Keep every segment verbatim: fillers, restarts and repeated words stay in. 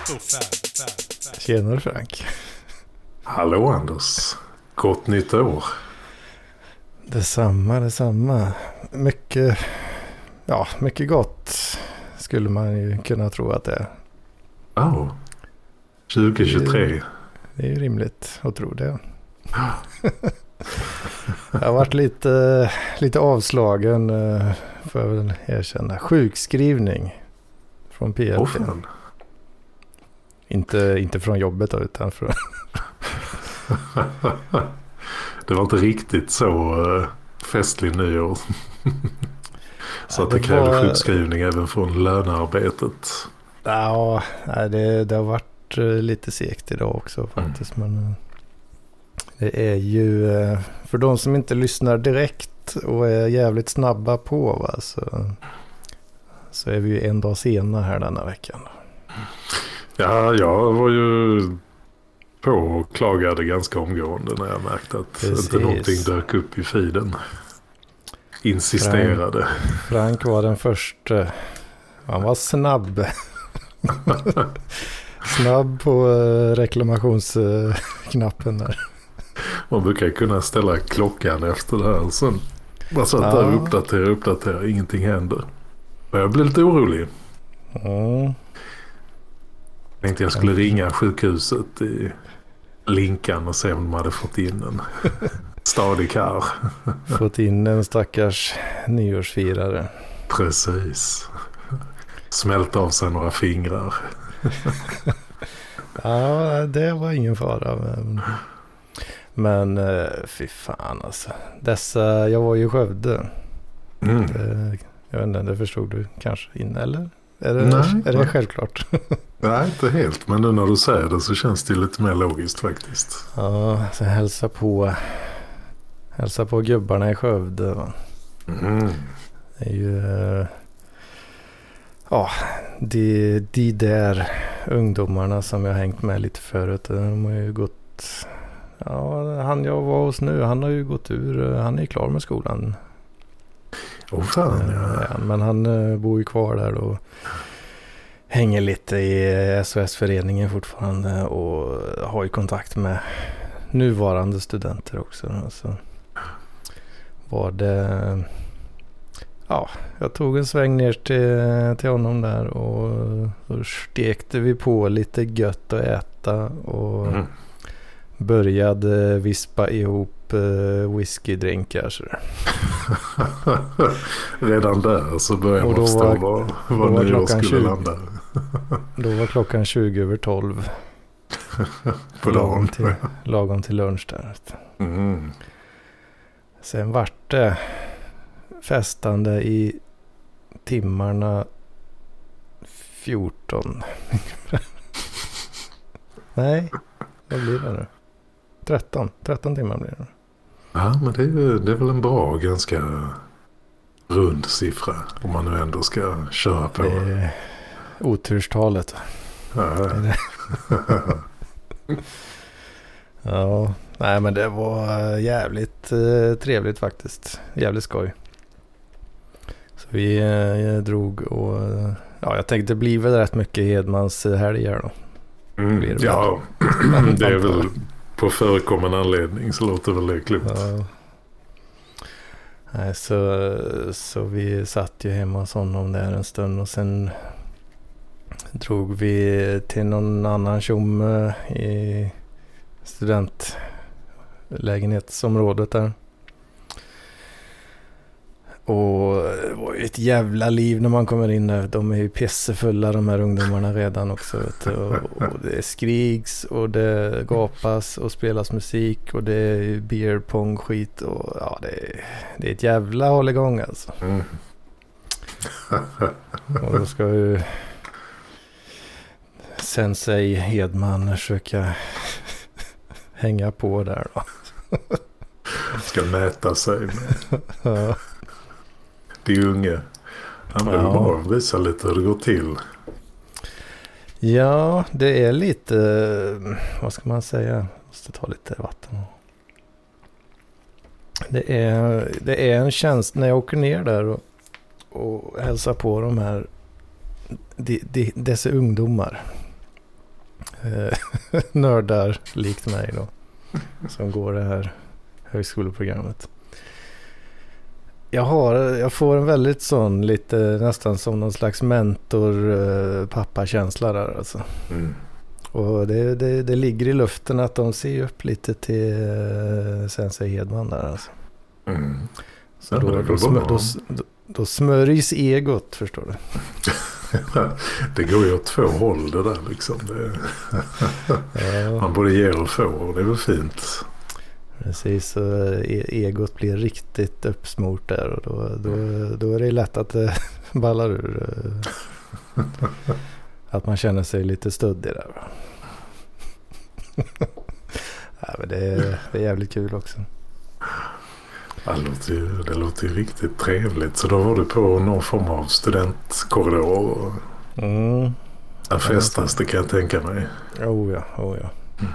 Tjenare Frank. Hallå Anders. Gott nytt år. Detsamma, detsamma. Mycket, ja, mycket gott skulle man ju kunna tro att det är. Ja, oh, tjugo tjugotre. Det är, det är ju rimligt att tro det. Jag har varit lite, lite avslagen, får jag väl erkänna. Sjukskrivning från P L P. Oh, fan. Inte, inte från jobbet då, utan från... Det var inte riktigt så uh, festlig nyår. Så ja, att det, det krävde var... sjukskrivning även från lönearbetet. Ja, det, det har varit uh, lite segt idag också faktiskt. Mm. Men uh, det är ju, uh, för de som inte lyssnar direkt och är jävligt snabba på, va, så, så är vi ju en dag senare här denna veckan. Ja, jag var ju på och klagade ganska omgående när jag märkte att Precis. inte någonting dök upp i feeden. Insisterade. Frank, Frank var den första. Han var snabb. Snabb på reklamationsknappen där. Man brukar kunna ställa klockan efter det här. Sen bara så att ja. där uppdatera, uppdatera, ingenting händer. Och jag blev lite orolig. Mm. Jag tänkte jag skulle ringa sjukhuset i Linkan och se om de hade fått in en stadig kar. Fått in en stackars nyårsfirare. Precis. Smält av sig några fingrar. Ja, det var ingen fara. Men, men fy fan alltså. Dessa, jag var ju i Skövde. Mm. Det, jag vet inte, det förstod du kanske in, eller? Är det, nej, är det självklart? Nej, inte helt. Men nu när du säger det så känns det lite mer logiskt faktiskt. Ja, så hälsa på hälsa på gubbarna i Skövde. Va? Mm. Det är ju ja, de, de där ungdomarna som jag har hängt med lite förut. De har ju gått, ja, han jag var hos nu, han har ju gått ur, han är klar med skolan. Åh oh, fan, ja. Ja, men han uh, bor ju kvar där och hänger lite i S O S-föreningen fortfarande och har ju kontakt med nuvarande studenter också. Så var det, ja, jag tog en sväng ner till, till honom där och så stekte vi på lite gött att äta och mm. började vispa ihop whiskydrinkar. Så. Redan där så börjar man förstå var, vad, vad var nyår skulle tjugo, landa. Då var klockan tjugo över tolv. På lagom till, lagom till lunch där. Mm. Sen vart det festande i timmarna fjorton. Nej, vad blir det nu? tretton, tretton timmar blir det. Ja, men det är, det är väl en bra, ganska rund siffra om man nu ändå ska köra på. Det är oturstalet. Ja. Det ja, nej men det var jävligt eh, trevligt faktiskt. Jävligt skoj. Så vi eh, drog och ja, jag tänkte det blir väl rätt mycket Hedmans helger då. Mm, det ja, det är väl på förekommande anledning så låter väl det klokt. Ja. Nej, så, så vi satt ju hemma hos honom där en stund och sen drog vi till någon annan tjomme i studentlägenhetsområdet där. Och det var ju ett jävla liv när man kommer in där. De är ju pissefulla de här ungdomarna redan också. Vet du. Och, och det skriks och det gapas och spelas musik och det är beer pong skit och ja, det är, det är ett jävla hålligång alltså. Mm. Och då ska ju Sensei Hedman försöka hänga på där då. Ska mäta sig med. Ja. Det är unge. Han vill ja. bara visa lite hur det går till. Ja, det är lite, vad ska man säga? Jag måste ta lite vatten. Det är, det är en tjänst när jag åker ner där och, och hälsar på de här de, de, dessa ungdomar. nördar likt mig då som går det här högskoleprogrammet. Jag har jag får en väldigt sån lite nästan som någon slags mentor eh, pappa-känsla där alltså. Mm. Och det, det, det ligger i luften att de ser upp lite till eh, Sensei Hedman där alltså. Mm. Så ja, då, då, smör, då, då, då smörjs egot, förstår du. Det går ju åt två håll det där liksom. Det, ja. Man både ger och får och det är väl fint. Precis, så egot blir riktigt uppsmort där och då, då, då är det lätt att det ballar ur. Att man känner sig lite stöddig där. Ja, men det, är, det är jävligt kul också. Ja, det, låter ju, det låter ju riktigt trevligt. Så då var du på någon form av studentkorridor och mm. där festas, det kan jag tänka mig. Oh ja, oh ja.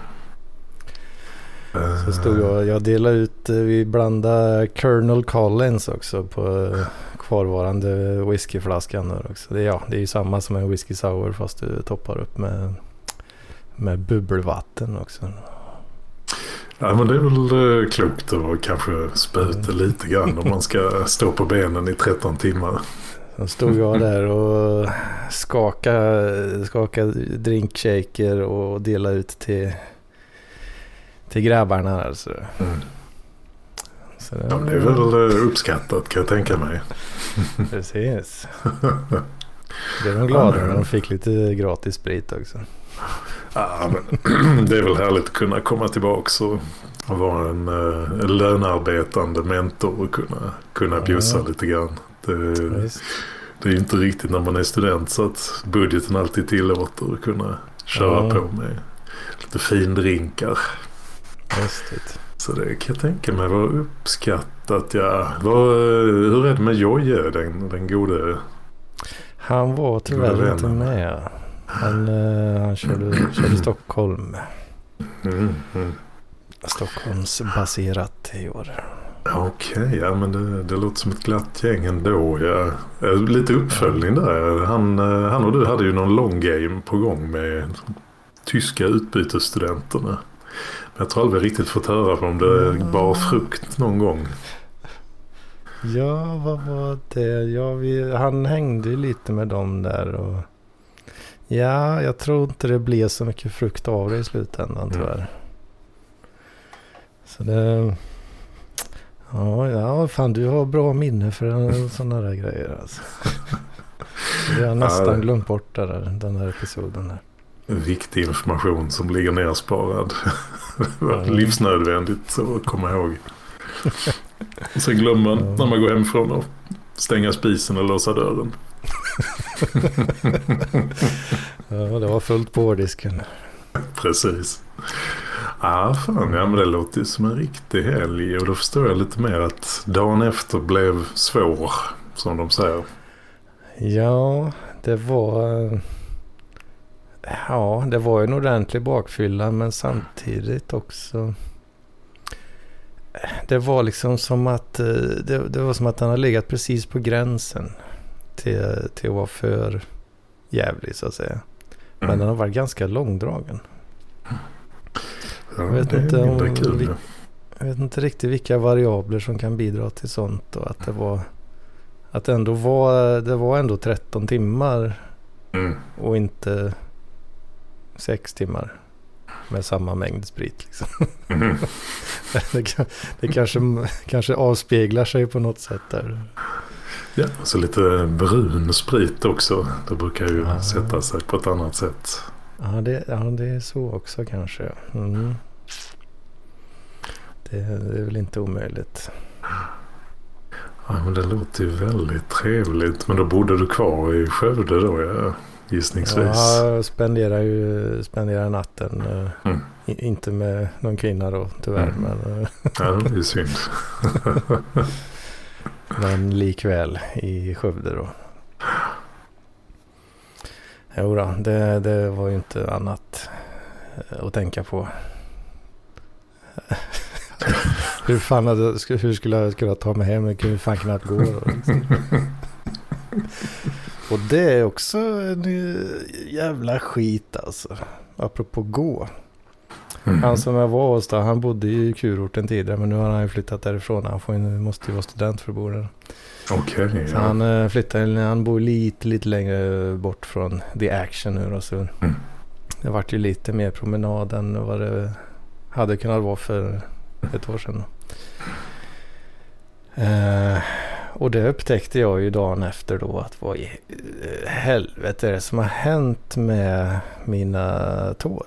Så stod jag, jag delade ut, vi blandade Colonel Collins också på kvarvarande whiskyflaskan där också. Det, ja, det är ju samma som en whisky sour fast du toppar upp med, med bubbelvatten också. Ja, men det är väl klokt att kanske spöta mm. lite grann om man ska stå på benen i tretton timmar. Så stod jag där och skakade, skakade drinkshaker och delade ut till till grabbarna alltså. Mm. Så det, ja, det är väl uppskattat kan jag tänka mig. Precis. Det är de glada ja, när de fick lite gratis sprit också. Ja, men det är väl härligt att kunna komma tillbaka och vara en, en lönearbetande mentor och kunna, kunna bjussa ja. lite grann. Det, det är ju inte riktigt när man är student så att budgeten alltid tillåter att kunna köra ja. på med lite fin drinkar. Just det. Så det kan jag tänka mig var uppskattat. Ja. Var, hur är det med Joje, den, den gode? Han var tyvärr inte med. Han, uh, han körde, körde Stockholm. Mm, mm. Stockholms baserat i år. Okej, okay, ja men det, det låter som ett glatt gäng ändå. Ja. Lite uppföljning där. Han, han och du hade ju någon long game på gång med tyska utbytesstudenterna. Jag tror aldrig riktigt fått höra om det bar frukt någon gång. Ja, vad var det? Ja, vi, han hängde ju lite med dem där. Och ja, jag tror inte det blev så mycket frukt av det i slutändan tyvärr. Mm. Så det... Ja, ja, fan du har bra minne för sådana där grejer alltså. Jag har nästan glömt bort det där, den här episoden där. Viktig information som ligger nersparad. Det var mm. livsnödvändigt att komma ihåg. Och sen glömmer man mm. när man går hemifrån och stänga spisen och låsa dörren. Ja, det var fullt på disken. Precis. Ja, fan, ja, men det låter ju som en riktig helg. Och då förstår jag lite mer att dagen efter blev svår, som de säger. Ja, det var... Ja, det var en ordentlig bakfylla, men samtidigt också... Det var liksom som att... Det, det var som att han hade legat precis på gränsen till, till att vara för jävlig, så att säga. Men mm. den har varit ganska långdragen. Ja, jag vet, inte om, kul, vi, jag vet inte riktigt vilka variabler som kan bidra till sånt, och att det var att det ändå var det var ändå tretton timmar mm. och inte sex timmar med samma mängd sprit liksom. Mm. det, det kanske kanske avspeglar sig på något sätt där. Ja, så lite brun sprit också. Det brukar ju ja. sätta sig på ett annat sätt. Ja, det, ja, det är så också kanske. Mm. Det, det är väl inte omöjligt. Ja, men det låter ju väldigt trevligt. Men då bodde du kvar i Skövde då, ja, gissningsvis. Ja, jag spenderar ju spenderar natten. Mm. I, inte med någon kvinna då, tyvärr. Mm. Men, ja, det är ju synd. Men likväl i Skövde då. Jo då, det, det var ju inte annat att tänka på. hur fan hade, hur skulle jag kunna ta mig hem? Jag kunde fan knappt gå. Då, liksom. Och det är också en jävla skit alltså. apropå gå. Mm. Han som jag var hos då, han bodde i kurorten tidigare, men nu har han ju flyttat därifrån. Han får ju, måste ju vara student för att bo där. Okej, okay, så ja. han uh, flyttade, han bor lite, lite längre bort från The Action nu då, så mm. det vart ju lite mer promenad än vad det hade kunnat vara för ett år sedan. Uh, och det upptäckte jag ju dagen efter då, att vad i helvete är det som har hänt med mina tår.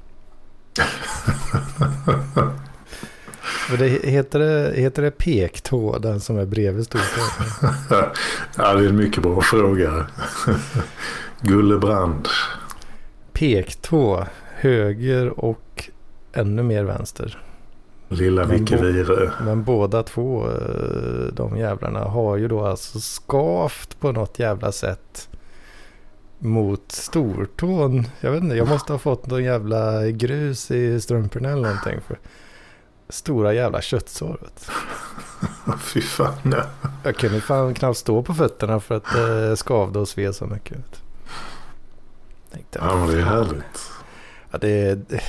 Och det heter, det, heter det pektå, den som är bredvid stortå? Ja, det är en mycket bra fråga. Gullebrand. Pektå, höger och ännu mer vänster. Lilla Vickevire. Men, men båda två, de jävlarna, har ju då alltså skavt på något jävla sätt mot stortån. Jag vet inte, jag måste ha fått någon jävla grus i strumporna eller någonting. För stora jävla köttsår. Fy fan, nej. Jag kunde fan knappt stå på fötterna för att det skavde och sved så mycket. Tänkte, ja, men det är härligt. Ja, det, det,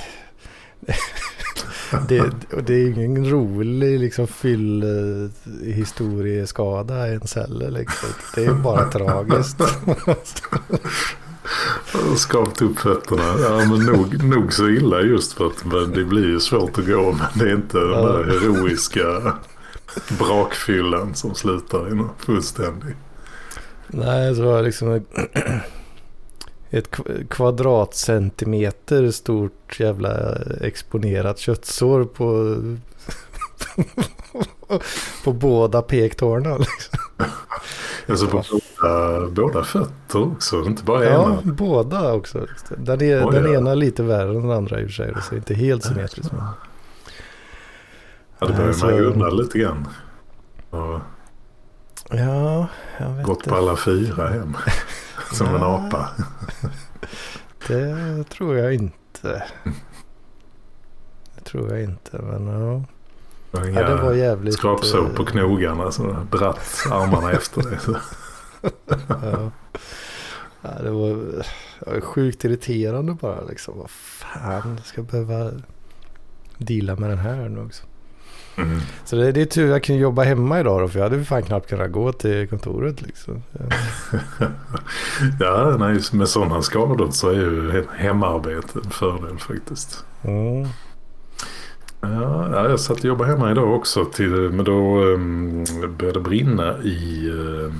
det, det är ingen rolig liksom fyll historieskada ens heller. Liksom. Det är bara tragiskt. Skavt upp fötterna. Ja, men nog, nog så illa just för att men det blir ju svårt att gå, men det är inte ja. Den där heroiska brakfyllan som slutar i något fullständigt. Nej, så var det liksom ett kvadratcentimeter stort jävla exponerat köttsår på på båda pektårna liksom. Alltså på båda, båda fötter också, inte bara ja, ena. Ja, båda också. Den, är, oh, den ja. ena lite värre än den andra i och för sig, så inte helt symmetriskt. Ja, det börjar alltså, man ju undra lite grann. Och ja, jag vet gått på alla fyra hem. Som ja, en apa. Det tror jag inte. Det tror jag inte, men ja. Ja, det var jävligt. Skrapsår på knogarna så dratt armarna efter det. ja. Ja, det var, det var sjukt irriterande bara liksom. Vad fan, jag ska behöva deala med den här nu också. Mm. Så det, det är tur jag kunde jobba hemma idag då, för jag hade fan knappt kunnat gå till kontoret liksom. Ja, ja nej, med sådana skador så är ju hemarbete en fördel faktiskt. Mm. Ja, jag satt och jobbade hemma idag också till, men då um, började brinna i uh,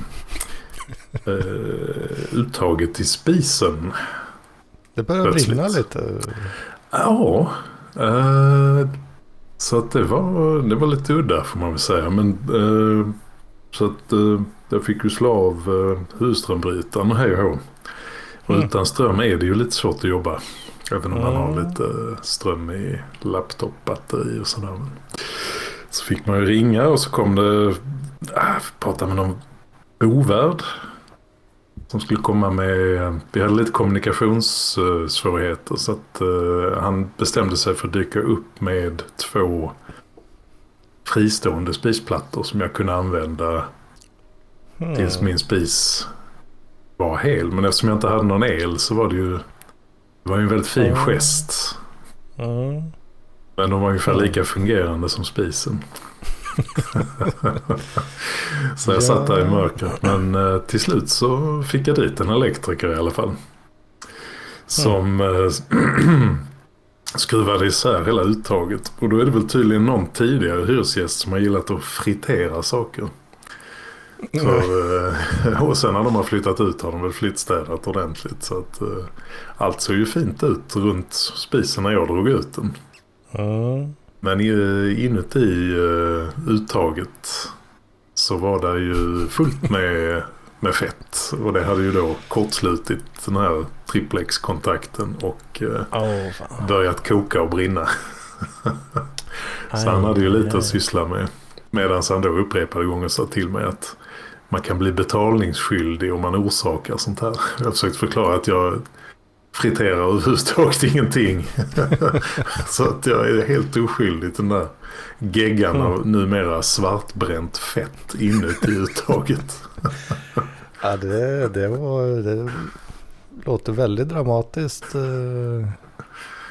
uh, uttaget i spisen. Det började plötsligt brinna lite. Ja, uh, så att det var det var lite udda får man väl säga, men uh, så att uh, jag fick ju slå av uh, husströmbrytaren och hej och hå. Och mm. utan ström är det ju lite svårt att jobba. Även om man har lite ström i laptopbatteri och sådär. Så fick man ju ringa och så kom det äh, prata med någon bovärd som skulle komma med, vi hade lite kommunikationssvårigheter så att uh, han bestämde sig för att dyka upp med två fristående spisplattor som jag kunde använda mm. tills min spis var hel. Men eftersom jag inte hade någon el så var det ju det var ju en väldigt fin mm. gest. Mm. Men de var ungefär lika fungerande som spisen. Så jag ja. satt där i mörkret. Men eh, till slut så fick jag dit en elektriker i alla fall. Som mm. eh, skruvade isär hela uttaget. Och då är det väl tydligen någon tidigare hyresgäst som har gillat att fritera saker. För, eh, och sen när de har flyttat ut har de väl flyttstädat ordentligt. Så att eh, allt såg ju fint ut runt spisen när jag drog ut den. Mm. Men inuti uh, uttaget så var det ju fullt med, med fett. Och det hade ju då kortslutit den här triplex-kontakten och uh, oh, börjat koka och brinna. Så han hade ju lite att syssla med. Medan han då upprepade gånger sa till mig att man kan bli betalningsskyldig om man orsakar sånt här. Jag har försökt förklara att jag friterar överhuvudtaget ingenting. Så att jag är helt oskyldig till den där geggan av numera svartbränt fett inuti uttaget. Ja, det, det var det låter väldigt dramatiskt.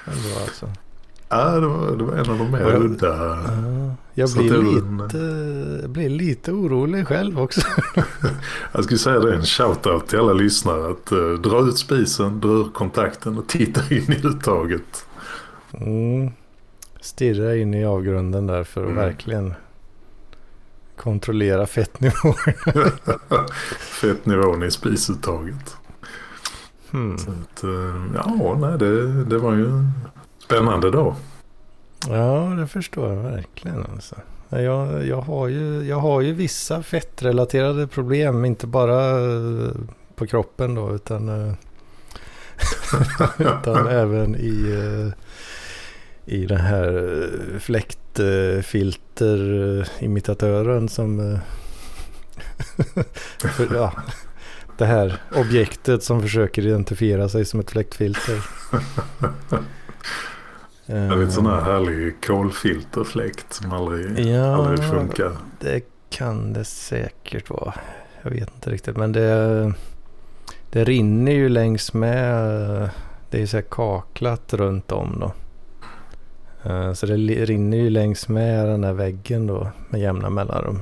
ändå alltså. Ja, det var, det var en av de mer jag, udda. Ja, jag blir lite, jag blir lite orolig själv också. Jag skulle säga det är en shoutout till alla lyssnare att uh, dra ut spisen, dra ur kontakten och titta in i uttaget. Mm. Stirra in i avgrunden där för att mm. verkligen kontrollera fettnivån. Fettnivån i spisuttaget. Hmm. Så att, ja, nej, det, det var ju en spännande dag. Ja, det förstår jag verkligen. Alltså. Jag, jag, har ju, jag har ju vissa fettrelaterade problem, inte bara på kroppen då, utan, utan även i, i den här fläktfilterimitatören som för, ja, det här objektet som försöker identifiera sig som ett fläktfilter. Det är en sån här härlig kolfilterfläkt som aldrig, ja, aldrig funkar. Det kan det säkert vara. Jag vet inte riktigt. Men det, det rinner ju längs med. Det är så här kaklat runt om då. Så det rinner ju längs med den här väggen då med jämna mellanrum.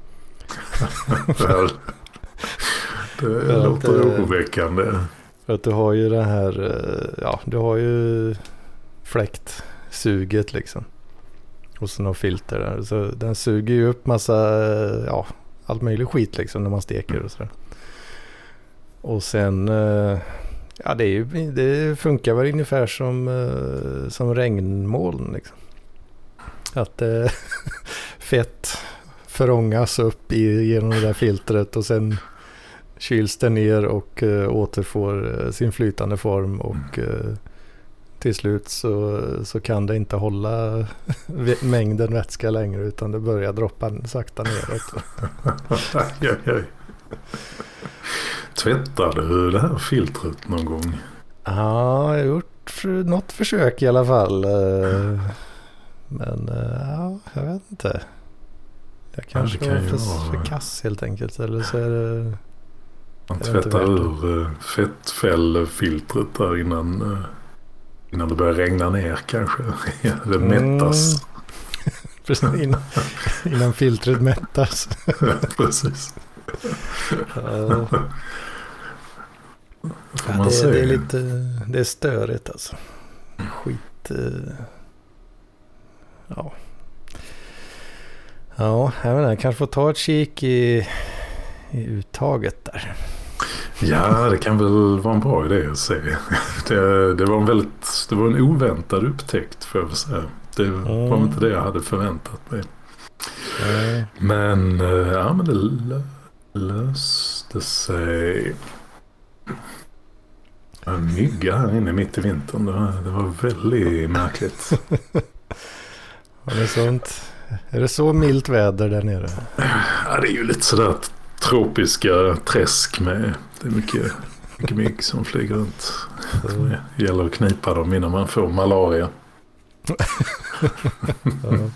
Det låter oroväckande. För att du har ju det här, ja, du har ju fläktsuget liksom. Och så några filter där. Så den suger ju upp massa, ja, allt möjligt skit liksom när man steker och sådär. Och sen, ja, det, är ju, det funkar väl ungefär som, som regnmoln liksom. Att eh, fett förångas upp i, genom det där filtret och sen kyls det ner och uh, återfår uh, sin flytande form och uh, till slut så, så kan det inte hålla mängden vätska längre utan det börjar droppa sakta neråt. aj, aj. Tvättar du det här filtret någon gång? Ja, jag har gjort något försök i alla fall. Uh, men uh, ja, jag vet inte. Jag kanske ja, kan var för, för kass helt enkelt. Eller så är det... Man tvättar ur fettfällfiltret där innan, innan det börjar regna ner kanske. Det mättas. Mm. Precis, innan, innan filtret mättas. Ja, precis. Ja. Ja, det, det är lite det är störigt alltså. Skit. Ja. Ja, jag menar, jag kanske får ta ett kik i, i uttaget där. Ja, det kan väl vara en bra idé att se. Det, det var en väldigt, det var en oväntad upptäckt för att säga. Det var mm. inte det jag hade förväntat mig. Mm. Men, ja, men det löste sig. En mygga här inne mitt i vintern. Det var, det var väldigt märkligt. Var det sånt? Är det så milt väder där nere? Ja, det är ju lite sådär tropiska träsk med. Det är mycket, mycket mygg som flyger runt. Mm. Det gäller att knipa dem innan man får malaria. mm.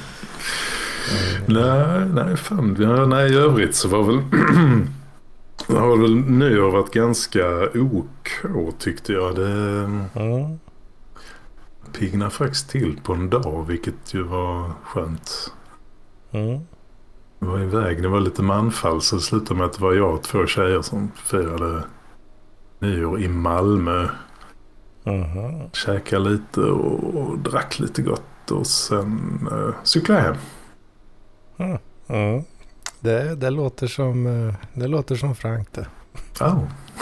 nej, nej, fan. Ja, nej, i övrigt så var väl... det har väl nyår varit ganska ok, tyckte jag. Det... Mm. Pigna faktiskt till på en dag, vilket ju var skönt. Mm. Det var iväg, det var lite manfall, så det slutade med att det var jag och två tjejer som firade nyår i Malmö. Mm. Käkade lite och, och drack lite gott och sen uh, cyklade hem. Mm. Mm. Det, det låter som det låter som Frank det. Oh.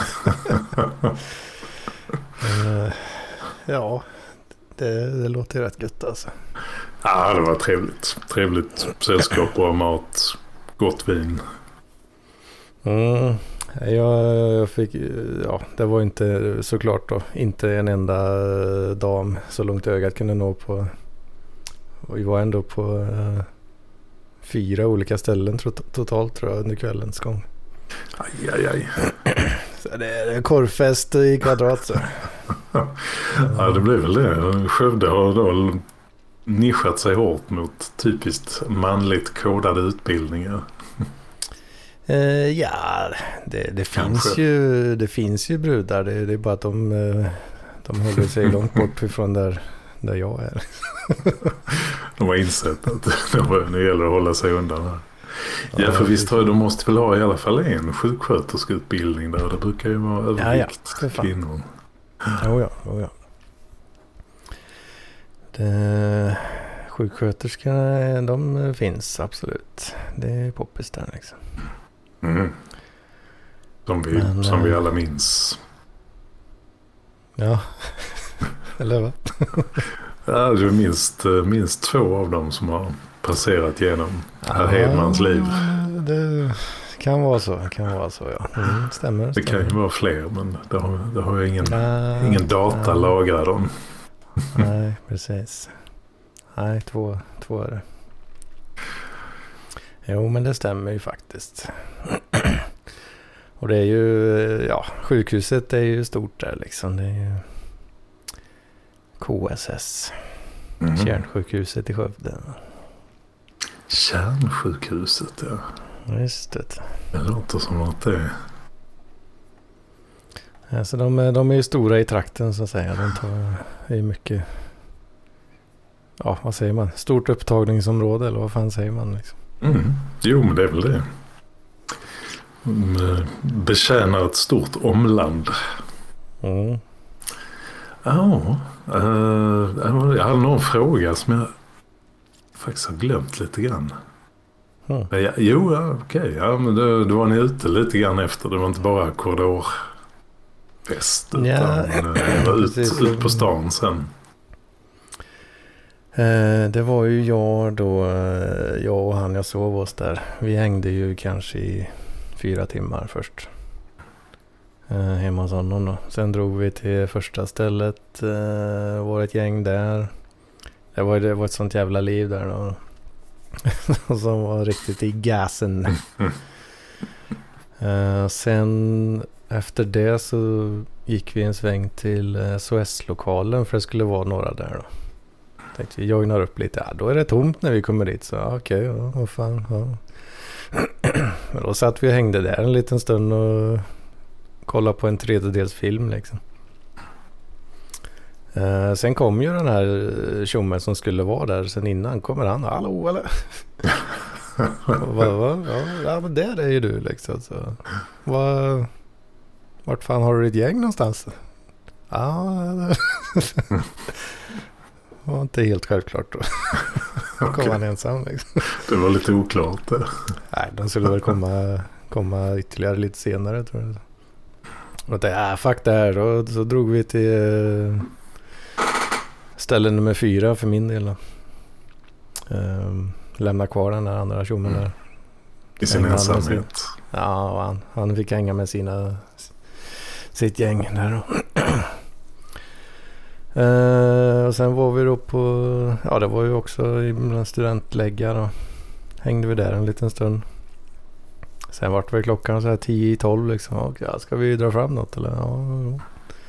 uh, ja. Det, det låter rätt gött alltså. Ja, det var trevligt. Trevligt sällskap, bra mat, gott vin. Mm. Jag, jag fick, ja, det var inte såklart då, inte en enda dam så långt ögat kunde nå på. Och vi var ändå på uh, fyra olika ställen totalt tror jag under kvällens gång. Aj, aj, aj. Så det är korvfest i kvadrat så. Ja, det blir väl det. Skövde har då nischat sig hårt mot typiskt manligt kodade utbildningar. Uh, ja, det, det finns ju det finns ju brudar. Det, det är bara att de, De håller sig långt bort ifrån där, där jag är. De har insett att det gäller att hålla sig undan här. Ja, ja för visst har de måste väl ha i alla fall en sjuksköterskeutbildning där. Det brukar ju vara övervikt ja, ja, kvinnor. Jo ja, jo ja. Det, sjuksköterskorna, de finns absolut. Det är poppis där liksom. Mm. Som, vi, Men, som vi alla minns. Ja, eller vad? Ja, det är minst, minst två av dem som har passerat genom herr Hedmans liv. Det kan vara så, kan vara så ja. Mm, stämmer. Det stämmer. kan ju vara fler, men det har, det har ju ingen, nej, ingen data nej. lagrad om. Nej, precis. Nej, två, två är det. Jo, men det stämmer ju faktiskt. Och det är ju, ja, sjukhuset är ju stort där liksom. Det är ju K S S. Mm. Kärnsjukhuset i Skövde. Kärnsjukhuset, ja. Just det. Det låter som att det är... Alltså de, är, de är ju stora i trakten så att säga. De tar är mycket... Ja, vad säger man? Stort upptagningsområde eller vad fan säger man liksom? Mm. Jo, men det är väl det. De betjänar ett stort omland. Mm. Ja, uh, jag hade någon fråga som jag faktiskt har glömt lite grann. Mm. Ja, jo, ja, okej. Okay. Ja, men då, då var ni ute lite grann efter. Det var inte bara korridorfest utan ja, det var ut, ut på stan sen. Eh, det var ju jag då, eh, jag och han jag sov oss där. Vi hängde ju kanske i fyra timmar först. Eh, hemma hos honom då. Sen drog vi till första stället. Eh, var ett gäng där. Det var, det var ett sånt jävla liv där då. Som var riktigt i gasen. eh, sen efter det så gick vi en sväng till S O S-lokalen för det skulle vara några där då. Tänkte vi jognar upp lite. Ja, då är det tomt när vi kommer dit. Så okej, okay, ja, vad fan. Ja. Men då satt vi och hängde där en liten stund och kollade på en tredjedels film liksom. Uh, sen kom ju den här tjommen som skulle vara där sen innan. Kommer han? Hallå eller? va, va? Ja, ja, men där är ju du liksom. Så. Va, vart fan har du ditt gäng någonstans? Ja, det var inte helt självklart då. Då kom okay. Han ensam liksom. Det var lite oklart det. Nej, de skulle väl komma, komma ytterligare lite senare tror jag. Och det är fuck det här. Och så drog vi till uh, ställe nummer fyra för min del. Um, lämna kvar den här andra tjommen där. I sin ensamhet. Ja, och han, han fick hänga med sina sitt gäng där då. Uh, och sen var vi då på, ja det var ju också i studentläggar och hängde vi där en liten stund. Sen vart väl klockan så här tio i tolv liksom. Och ja, ska vi dra fram något eller? Ja, ja.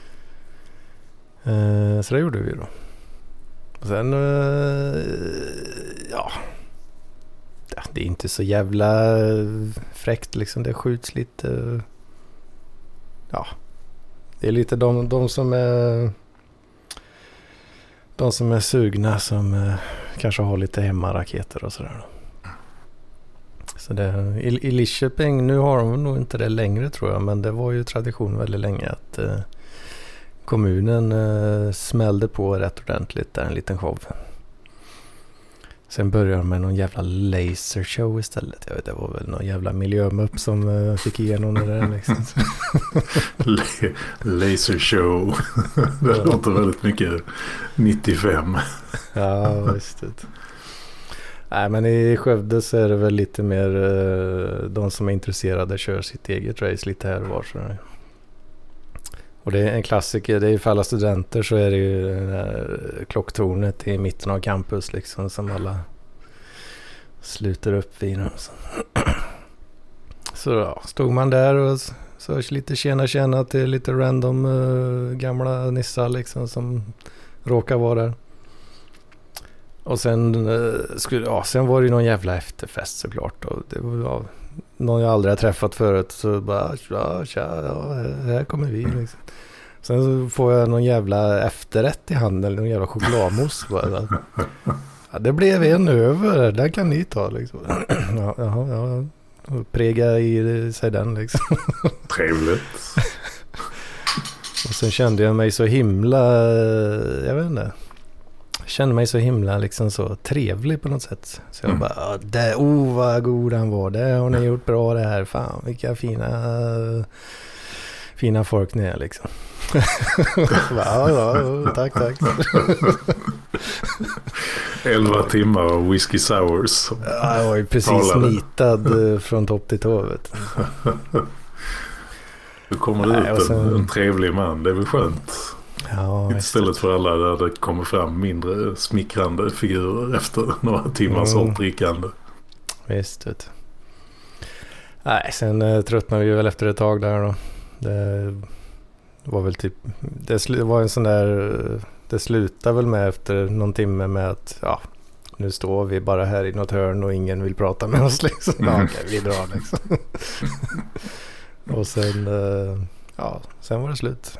Uh, så det gjorde vi då. Och sen, uh, ja. ja, det är inte så jävla fräckt liksom. Det skjuts lite, uh, ja. Det är lite de, de som är de som är sugna som uh, kanske har lite hemmaraketer och sådär. Så det, i, i Lidköping, nu har de nog inte det längre tror jag, men det var ju tradition väldigt länge att uh, kommunen uh, smällde på rätt ordentligt där en liten show. Sen började de med någon jävla lasershow istället. Jag vet, det var väl någon jävla miljömupp som uh, fick igenom det där liksom. Lasershow. Det ja. Låter väldigt mycket nittiofem. Ja, visst det. Nej, men i Skövde så är det väl lite mer uh, de som är intresserade kör sitt eget race lite här och var. Så. Och det är en klassiker, det är för alla studenter så är det ju det här klocktornet i mitten av campus liksom som alla sluter upp vid. Så, så ja, stod man där och så lite tjena tjena till lite random uh, gamla nissar liksom som råkar vara där. Och sen, uh, skulle, ja, sen var det ju någon jävla efterfest såklart. Och det var ja, någon jag aldrig har träffat förut så bara, ja, tja, ja, här kommer vi liksom. Sen så får jag någon jävla efterrätt i handen, någon jävla chokladmousse bara. Ja, det blev en över, den kan ni ta liksom. Ja, ja, ja. Prega i sig den liksom. Trevligt. Och sen kände jag mig så himla, jag vet inte. Kände mig så himla liksom så trevlig på något sätt. Så jag mm. bara, det, oh vad god han var. Det har ni gjort bra det här. Fan, vilka fina fina folk ni är liksom. Ja, ja, tack, tack. Elva timmar av whisky sours. Ja, jag var ju precis nitad från topp till tå. Du kommer ut ja, sen... en, en trevlig man. Det är väl skönt. Ja, istället för alla där det kommer fram mindre smickrande figurer efter några timmars mm. drickande. Visst, vet. Nej, sen uh, tröttnade vi väl efter ett tag där då. Det var väl typ det sl- var en sån där det slutade väl med efter någon timme med att ja, nu står vi bara här i något hörn och ingen vill prata med oss liksom. Mm. Ja, okej, vi drar liksom. Och sen uh, ja, sen var det slut.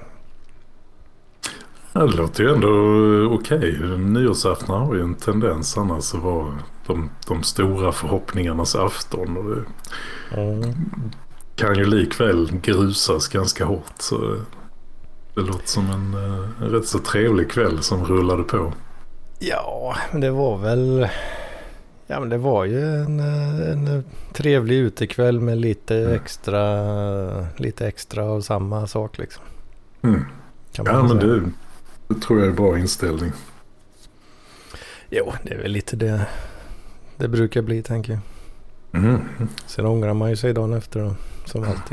Det låter ju ändå okej. Okay. Nyårsafton har ju en tendens annars att vara de, de stora förhoppningarnas afton. Och det mm. kan ju likväl grusas ganska hårt. Så det låter som en, en rätt så trevlig kväll som rullade på. Ja, men det var väl... Ja, men det var ju en, en trevlig utekväll med lite mm. extra lite extra av samma sak liksom. Mm. Ja, men det... Det tror jag är en bra inställning. Jo, det är väl lite det det brukar bli, tänker jag. Mm. Sen ångrar man ju sig dagen efter då, som alltid.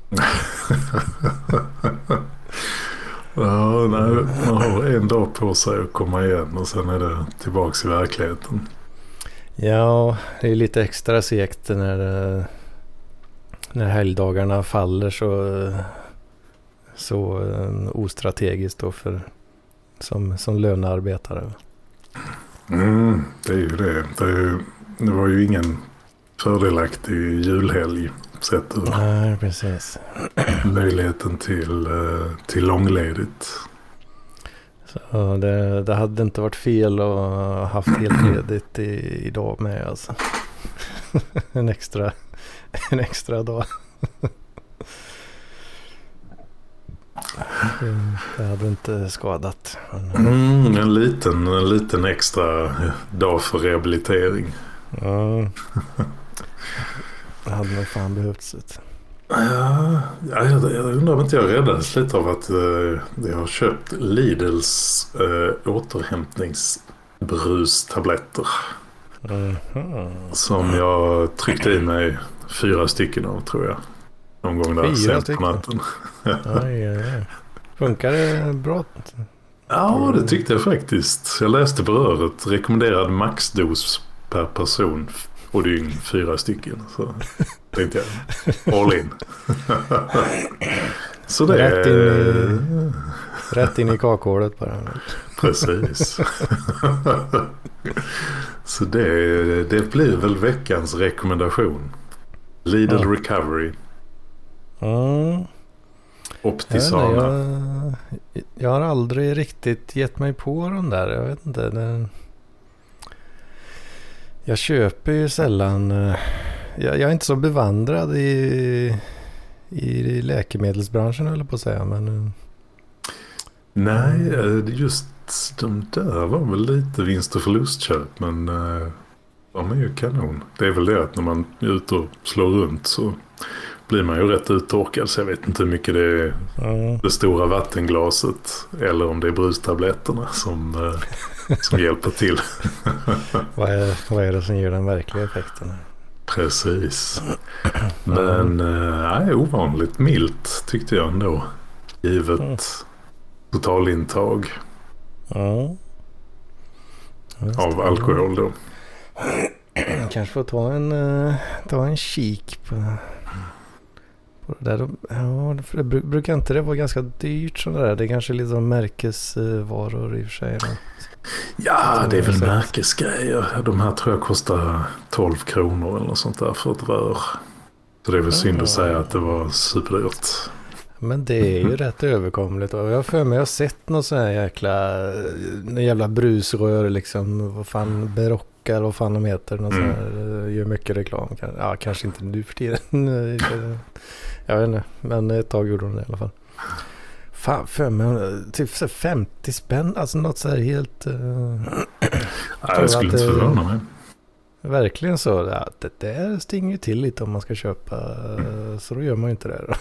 Ja, nej, man har en dag på sig att komma igen och sen är det tillbaks i verkligheten. Ja, det är lite extra segt när, när helgdagarna faller så, så ostrategiskt då för Som, som lönearbetare. Mm, det är ju det. Det, är ju, det var ju ingen fördelaktig julhelg sett ur Nej, precis. möjligheten till, till långledigt. Så det, det hade inte varit fel att ha haft helt ledigt i, idag med alltså. en extra en extra dag. Det hade inte skadat. Mm, en, liten, en liten extra dag för rehabilitering. Ja. Det hade nog fan behövts. Ja, jag, jag undrar om inte jag räddades lite av att uh, jag har köpt Lidls uh, återhämtningsbrustabletter. Mm-hmm. Som jag tryckte i mig fyra stycken av, tror jag. Någon gång där sent på natten. Aj, aj, aj. Funkar det bra? Ja, det tyckte jag faktiskt. Jag läste på röret. Rekommenderad maxdos per person och dygn fyra stycken. Så tänkte jag, all in. Så det rätt in i, rätt in i kakhålet bara. Precis. Så det, det blir väl veckans rekommendation. Lidl ja. Recovery. Mm. Optisana. Jag, jag har aldrig riktigt gett mig på den där. Jag vet inte. Den, jag köper ju sällan. Jag, jag är inte så bevandrad i, i läkemedelsbranschen, eller på att säga. Men, nej, just de där var väl lite vinst- och förlustköp. Men de är ju kanon. Det är väl det att när man är ute och slår runt så blir man ju rätt uttorkad, så jag vet inte hur mycket det är mm. det stora vattenglaset eller om det är brustabletterna som, eh, som hjälper till. vad, är, vad är det som ger den verkliga effekten? Precis. Men nej, eh, ovanligt milt tyckte jag ändå. Givet mm. totalintag mm. av alkohol då. Kanske får ta en, uh, ta en kik på... Det, där, ja, det brukar inte det vara ganska dyrt sådär. Det är kanske lite som märkesvaror i och för sig. Då. Ja, det är väl märkesgrejer. De här tror jag kostar tolv kronor eller något sånt där för ett rör. Så det är väl synd att säga att det var superdyrt. Men det är ju rätt överkomligt. Och jag har för mig jag har sett någon sån här jäkla, någon jävla brusrör liksom. Vad fan, Berocca, vad fan de heter. Någon mm. sån här, gör mycket reklam. Ja, kanske inte nu för tiden. Jag vet inte, men ett tag gjorde de det i alla fall. Fan, för mig, typ så femtio spänn, alltså något så här helt... Uh, ja, jag skulle inte förvåna mig. Verkligen så, ja, det där stinger till lite om man ska köpa, mm. så då gör man ju inte det då.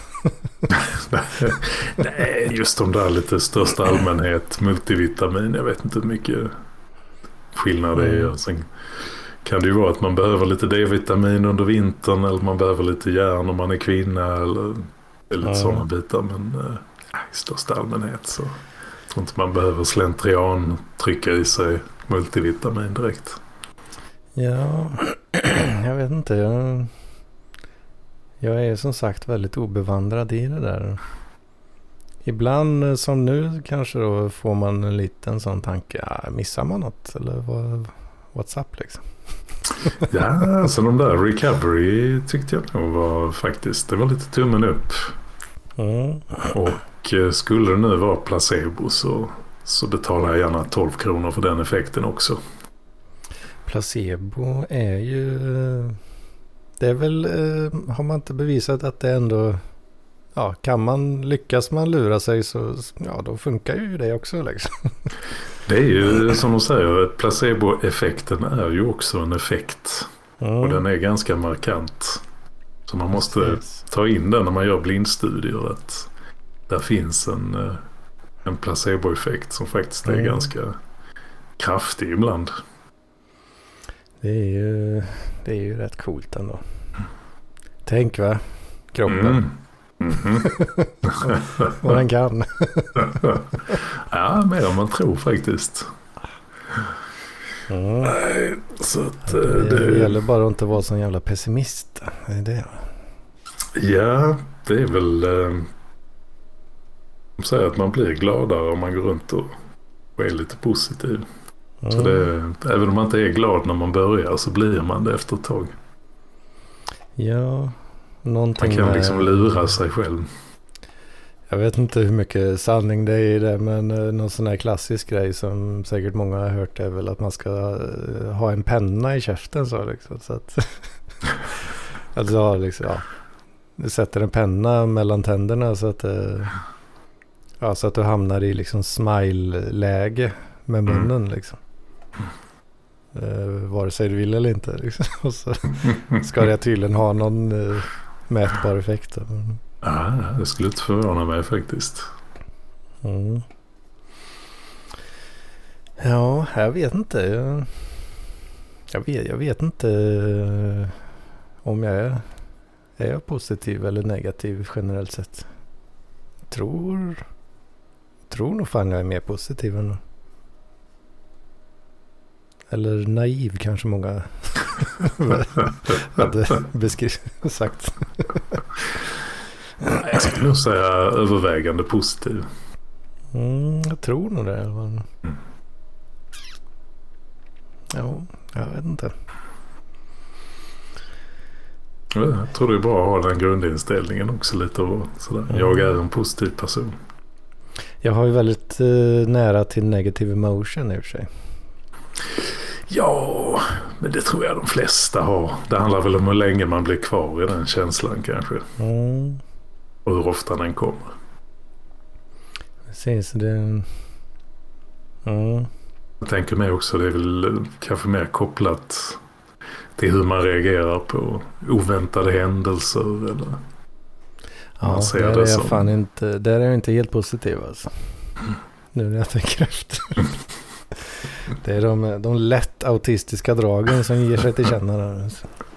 Nej, just de där lite största allmänhet, multivitamin, jag vet inte hur mycket skillnad det är. Mm. Sen kan det ju vara att man behöver lite D-vitamin under vintern, eller man behöver lite järn om man är kvinna, eller, eller lite ja. sådana bitar, men äh, i största allmänhet så jag tror inte man behöver slentrian trycka i sig multivitamin direkt. Ja, jag vet inte. Jag, jag är som sagt väldigt obevandrad i det där. Ibland som nu kanske då får man en liten sån tanke. Ja, missar man något? Eller vad, what's up liksom? Ja, alltså de där recovery tyckte jag nog var faktiskt, det var lite tummen upp. Mm. Och skulle det nu vara placebo så, så betalar jag gärna tolv kronor för den effekten också. Placebo är ju, det är väl, har man inte bevisat att det ändå, ja, kan man, lyckas man lura sig så, ja, då funkar ju det också liksom. Det är ju som de säger, placeboeffekten är ju också en effekt. Mm. Och den är ganska markant. Så man måste yes. ta in den när man gör blindstudier, att där finns en, en placeboeffekt som faktiskt är mm. ganska kraftig ibland. Det är ju, det är ju rätt coolt ändå. Tänk va? Kroppen. Mm. Mm-hmm. Vad den kan. Ja, mer än man tror faktiskt. Mm. Nej, så att, det, det, det gäller bara att inte vara sån jävla pessimist. Det är det. Ja, det är väl eh, säger att man blir gladare om man går runt och, och är lite positiv. Mm. Så det, även om man inte är glad när man börjar så blir man det efter ett tag. Ja, någonting man kan med, liksom lura sig själv. Jag vet inte hur mycket sanning det är i det, men någon sån här klassisk grej som säkert många har hört är väl att man ska ha en penna i käften så liksom, så att alltså liksom, ja, du sätter en penna mellan tänderna så att ja, så att du hamnar i liksom smile-läge med munnen mm. liksom. Uh, vare sig du vill eller inte liksom. Och så ska det tydligen ha någon uh, mätbar effekt då. Ja, det skulle inte förvåna mig faktiskt. Mm. Ja, jag vet inte. Jag, jag, vet, jag vet inte uh, om jag är, är jag positiv eller negativ generellt sett. Tror tror nog fan jag är mer positiv än eller naiv kanske många hade beskrivit sagt. Jag skulle nog säga övervägande positiv. Mm, jag tror nog det. Mm. Ja, jag vet inte. Jag tror det är bra att ha den grundinställningen också lite. Och sådär. Mm. Jag är en positiv person. Jag har ju väldigt eh, nära till negative emotion i och för sig. Ja, men det tror jag de flesta har. Det handlar väl om hur länge man blir kvar i den känslan kanske. Mm. Och hur ofta den kommer. Precis, det... Mm. Jag tänker mig också, det är väl kanske mer kopplat till hur man reagerar på oväntade händelser. Eller ja, man ser där det är som... jag fan inte, där är jag inte helt positiv alltså. Mm. Nu när jag tänker efter. Det är de, de lätt autistiska dragen som ger sig till känna där.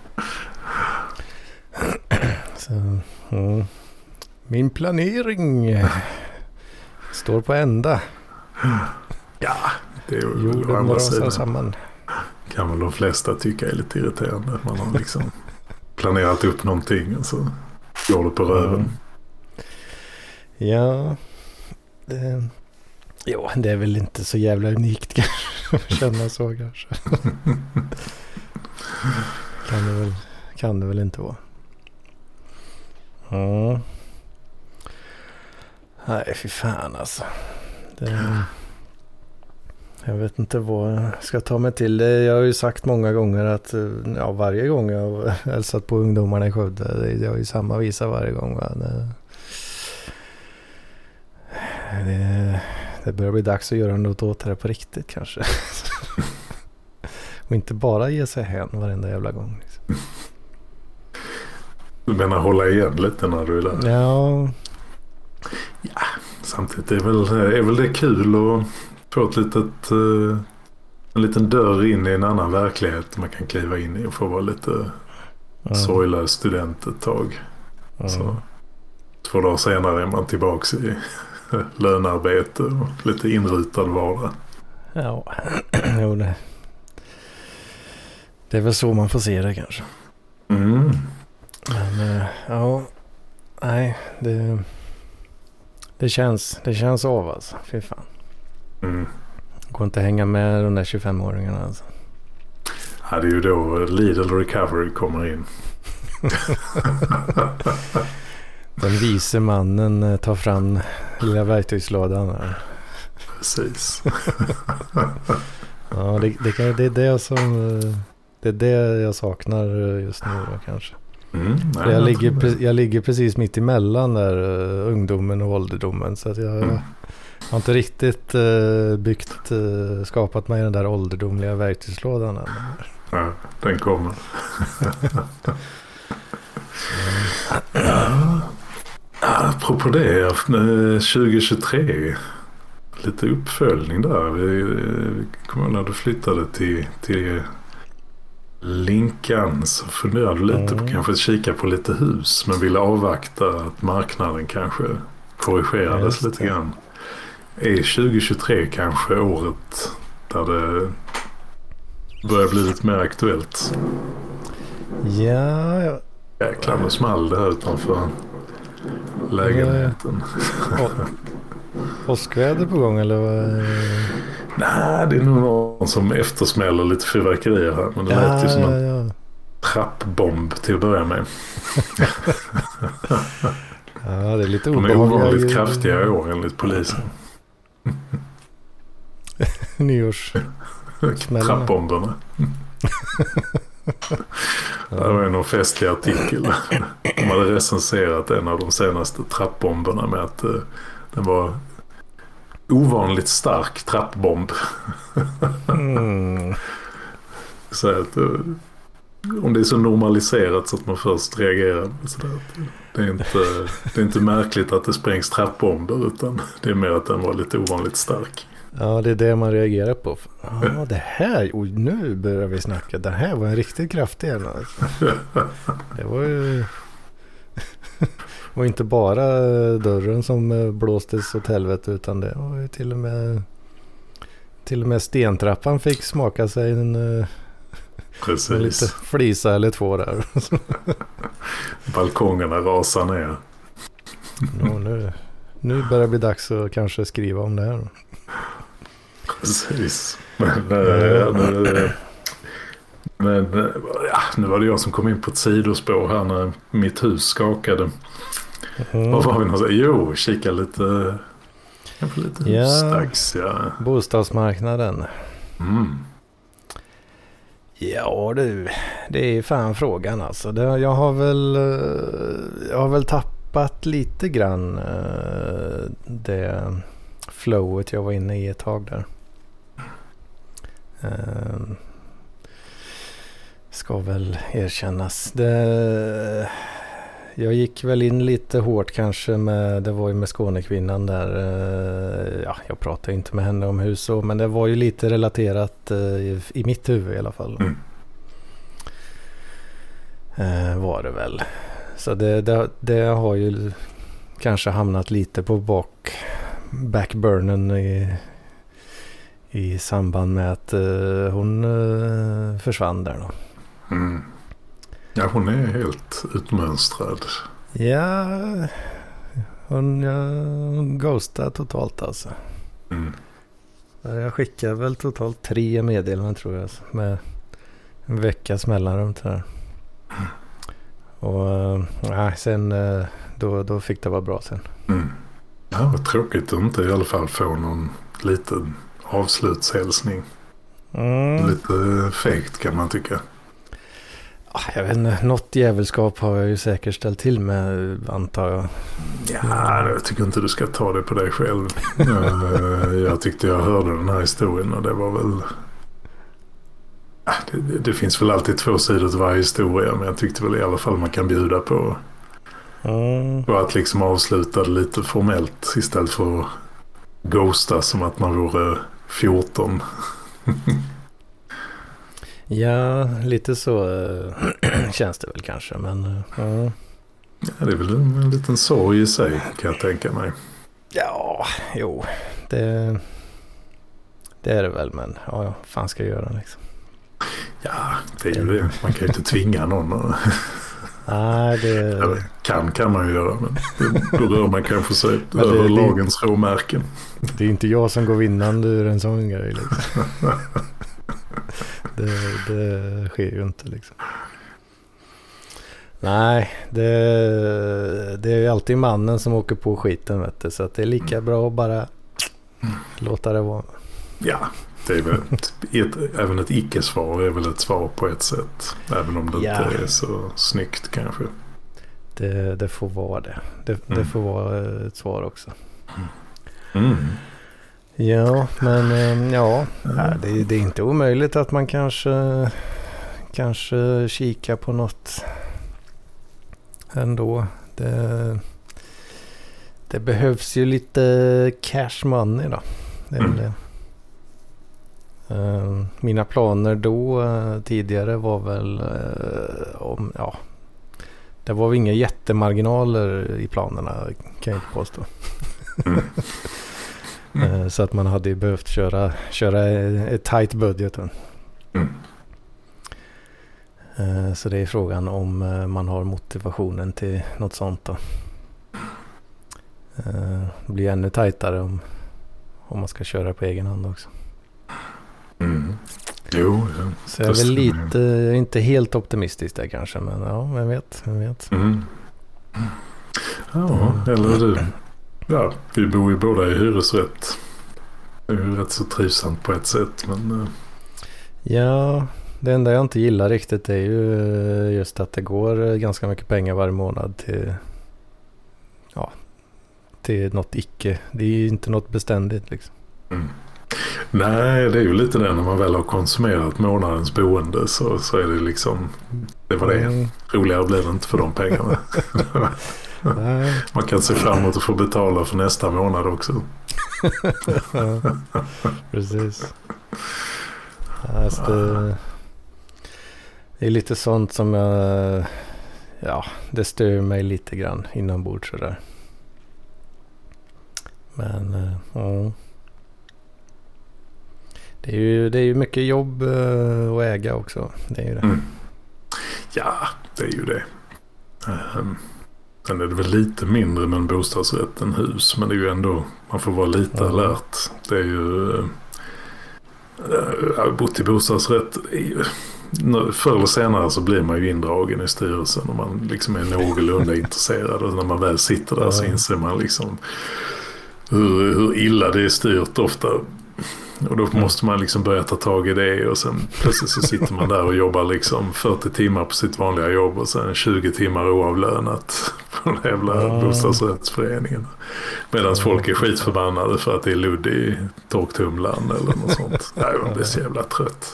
Så, mm. Min planering står på ända. Ja, det är ju jorden rasar samman. Kan väl de flesta tycka är lite irriterande. Man har liksom planerat upp någonting och så går det på röven. Mm. Ja, det... Jo, det är väl inte så jävla unikt kanske att känna så kanske. kan, det väl, kan det väl inte vara. Mm. Nej, fy fan alltså. Det, jag vet inte vad jag ska ta mig till. Det, jag har ju sagt många gånger att ja, varje gång jag har hälsat på ungdomarna i Skövde, det, det är ju samma visa varje gång. Va? Det, det, det börjar bli dags att göra något åt det på riktigt kanske. Och inte bara ge sig hän varenda jävla gång. Liksom. Du menar hålla igen lite när du är där? Ja. Ja, samtidigt är väl, är väl det kul att få ett litet, uh, en liten dörr in i en annan verklighet man kan kliva in i och få vara lite mm. sorglös student ett tag. Mm. Så två dagar senare är man tillbaka i lönearbete och lite inrutad vardag. Ja, jo det. Det är väl så man får se det kanske. Mm. Men ja, nej, det, det känns, det känns av alltså, fy fan. Mm. Går inte hänga med de där tjugofem-åringarna alltså. Ja, det är ju då Lidl Recovery kommer in. Den vise mannen tar fram lilla verktygslådan här. Precis. Ja, det, det, det är det som det är det jag saknar just nu då, kanske. Mm, nej, jag, ligger, pre- jag ligger precis mitt emellan där uh, ungdomen och ålderdomen, så att jag, mm. jag har inte riktigt uh, byggt uh, skapat mig den där ålderdomliga verktygslådan än. Ja, den kommer. mm. Apropå det, tjugo tjugotre, lite uppföljning där. Vi, vi kommer när du flyttade till, till Linkan, så funderade du lite mm. på kanske kika på lite hus, men ville avvakta att marknaden kanske korrigerades lite grann. Är tjugo tjugotre kanske året där det börjar bli lite mer aktuellt? Ja, ja. Jäklar med small det här utanför lägenheten. Ja, åskväder på gång eller vad? Nej, det är nog någon som eftersmäller lite fyrverkerier här, men det ja, lät ju som ja, en ja. trappbomb till att börja med. Ja, det är lite De är ovanligt kraftiga i år enligt polisen. Nyårs trappbomberna. Det var en festlig artikel. De hade recenserat en av de senaste trappbomberna med att uh, den var ovanligt stark trappbomb. Mm. Så att, uh, om det är så normaliserat så att man först reagerar så där, det, är inte, det är inte märkligt att det sprängs trappbomber, utan det är mer att den var lite ovanligt stark. Ja, det är det man reagerar på. Ja, det här, oj, nu börjar vi snacka. Det här var en riktigt kraftig en. Alltså. Det var ju var inte bara dörren som blåstes åt helvete, utan det var ju till och med till och med stentrappan fick smaka sig en, Precis. en lite flisa eller två där. Balkongerna rasar ner. Nå, nu, nu börjar det bli dags att kanske skriva om det här. Precis. Men, äh, nu, men ja, nu var det jag som kom in på ett sidospår här när mitt hus skakade. Mm. Vad var vi någonstans? Jo, kika lite kanske lite ja, husdags. Ja. Bostadsmarknaden. Mm. Ja du, det är fan frågan alltså. Det, jag har väl jag har väl tappat lite grann det flowet jag var inne i ett tag där. Uh, ska väl erkännas. Det, jag gick väl in lite hårt kanske med, det var ju med Skånekvinnan där. Uh, ja, jag pratade inte med henne om hus och, men det var ju lite relaterat uh, i, i mitt huvud i alla fall. Mm. Uh, var det väl. Så det, det, det har ju kanske hamnat lite på bak backburnen i, i samband med att uh, hon uh, försvann där då. Mm. Ja, hon är helt utmönstrad. Ja, hon, ja, hon ghostade totalt alltså. Mm. Jag skickade väl totalt tre meddelanden tror jag, med en veckas mellanrum till det. Mm. Och uh, nej, sen uh, då, då fick det vara bra sen. Mm. Ja, vad tråkigt att inte i alla fall få någon liten avslutshälsning. Mm. Lite fegt kan man tycka. Jag vet inte, något jävelskap har jag ju säkert ställt till med, antar jag. Ja, jag tycker inte du ska ta det på dig själv. Jag tyckte jag hörde den här historien och det var väl... Det, det, det finns väl alltid två sidor till varje historia, men jag tyckte väl i alla fall man kan bjuda på, mm. på att liksom avsluta det lite formellt istället för att ghosta som att man vore fjorton. Ja, lite så äh, känns det väl kanske, men äh. ja, det är väl en, en liten sorg i sig kan jag tänka mig. Ja, jo, det, det är det väl, men ja, ja, fan ska jag göra liksom. Ja, det är ju det. Man kan ju inte tvinga någon. Nej, det... Eller, kan kan man ju göra, men då rör man kanske sig över lagens råmärken. Det är inte jag som går vinnande ur en sån grej liksom. Det, det sker ju inte liksom. Nej, det, det är ju alltid mannen som åker på skiten, vet du, så att det är lika bra att bara låta det vara. Ja, det är väl ett, även ett icke-svar är väl ett svar på ett sätt, även om det ja. inte är så snyggt kanske. Det, det får vara det. Det, mm. det får vara ett svar också. Mm. Ja, men ja, det, det är inte omöjligt att man kanske kanske kikar på något ändå. Det, det behövs ju lite cash money då. Det är väl det. Mina planer då tidigare var väl om, ja, det var inga jättemarginaler i planerna, kan jag inte påstå. Mm. Mm. Så att man hade ju behövt köra, köra ett tight budget. Mm. Så det är frågan om man har motivationen till något sånt då. Det blir ännu tajtare om, om man ska köra på egen hand också. Mm. Jo, ja. Så jag är väl lite, jag är inte helt optimistisk där kanske, men ja, vem vet, vem vet. Mm. Ja, eller du. Ja, vi bor ju båda i hyresrätt. Det är ju rätt så trivsamt på ett sätt, men... Ja, det enda jag inte gillar riktigt är ju just att det går ganska mycket pengar varje månad till... Ja, till något icke. Det är ju inte något beständigt liksom. Mm. Nej, det är ju lite det när man väl har konsumerat månadens boende så, så är det liksom, det var det. Mm. Roligare blir det inte för de pengarna. Man kan se fram emot att få betala för nästa månad också. Ja, precis. Alltså, det, det är lite sånt som jag, ja, det stör mig lite grann inombords sådär. Men, ja. Det är ju, det är ju mycket jobb uh, att äga också. Det är ju det. Mm. Ja, det är ju det. Um, sen är det väl lite mindre med en bostadsrätt än hus. Men det är ju ändå, man får vara lite mm. alert. Det är ju... Uh, jag har bott i bostadsrätt. Det är ju, förr eller senare så blir man ju indragen i styrelsen. Och man liksom är någorlunda intresserad. Och när man väl sitter där mm. så inser man liksom hur, hur illa det är styrt ofta. Och då måste man liksom börja ta tag i det och sen plötsligt så sitter man där och jobbar liksom fyrtio timmar på sitt vanliga jobb och sen tjugo timmar oavlönat på den jävla mm. bostadsrättsföreningen. Medan folk är skitförbannade för att det är ludd i torktumlaren eller något sånt. Nej, man blir så jävla trött.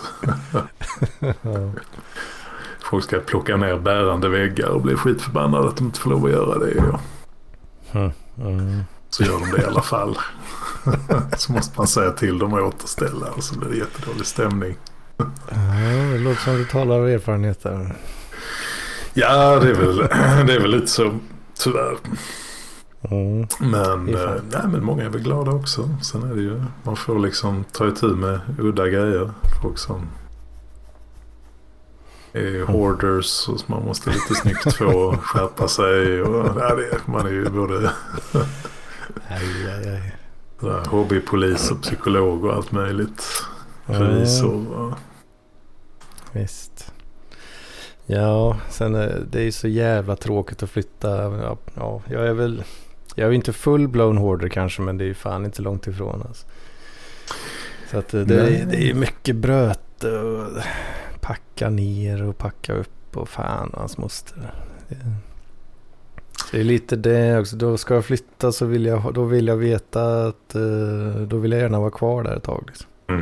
Folk ska plocka ner bärande väggar och bli skitförbannade att de inte får lov att göra det. Ja. Mm. Så gör de det i alla fall. Så måste man säga till dem att återställa och så blir det jättedålig stämning. Ja, det låter som du talar av erfarenheter. Ja, det är väl, det är väl lite så tyvärr. Mm. Men, eh, nej, men många är väl glada också. Sen är det ju, man får liksom ta itu med udda grejer. Folk som är hoarders och man måste lite snyggt få skärpa sig. Och, ja, det, man är ju både... Aj, aj, aj. Hobbypolis och psykolog och allt möjligt. Revisor och... Visst. Ja, sen är det är ju så jävla tråkigt att flytta. Ja, ja, jag är väl Jag är ju inte full-blown hoarder kanske, men det är ju fan inte långt ifrån. Alltså. Så att det, det, det är mycket bröt och packa ner och packa upp och fan och hans moster. Det, det är lite det också. Då ska jag flytta så vill jag, då vill jag veta att då vill jag gärna vara kvar där ett tag. Liksom. Mm.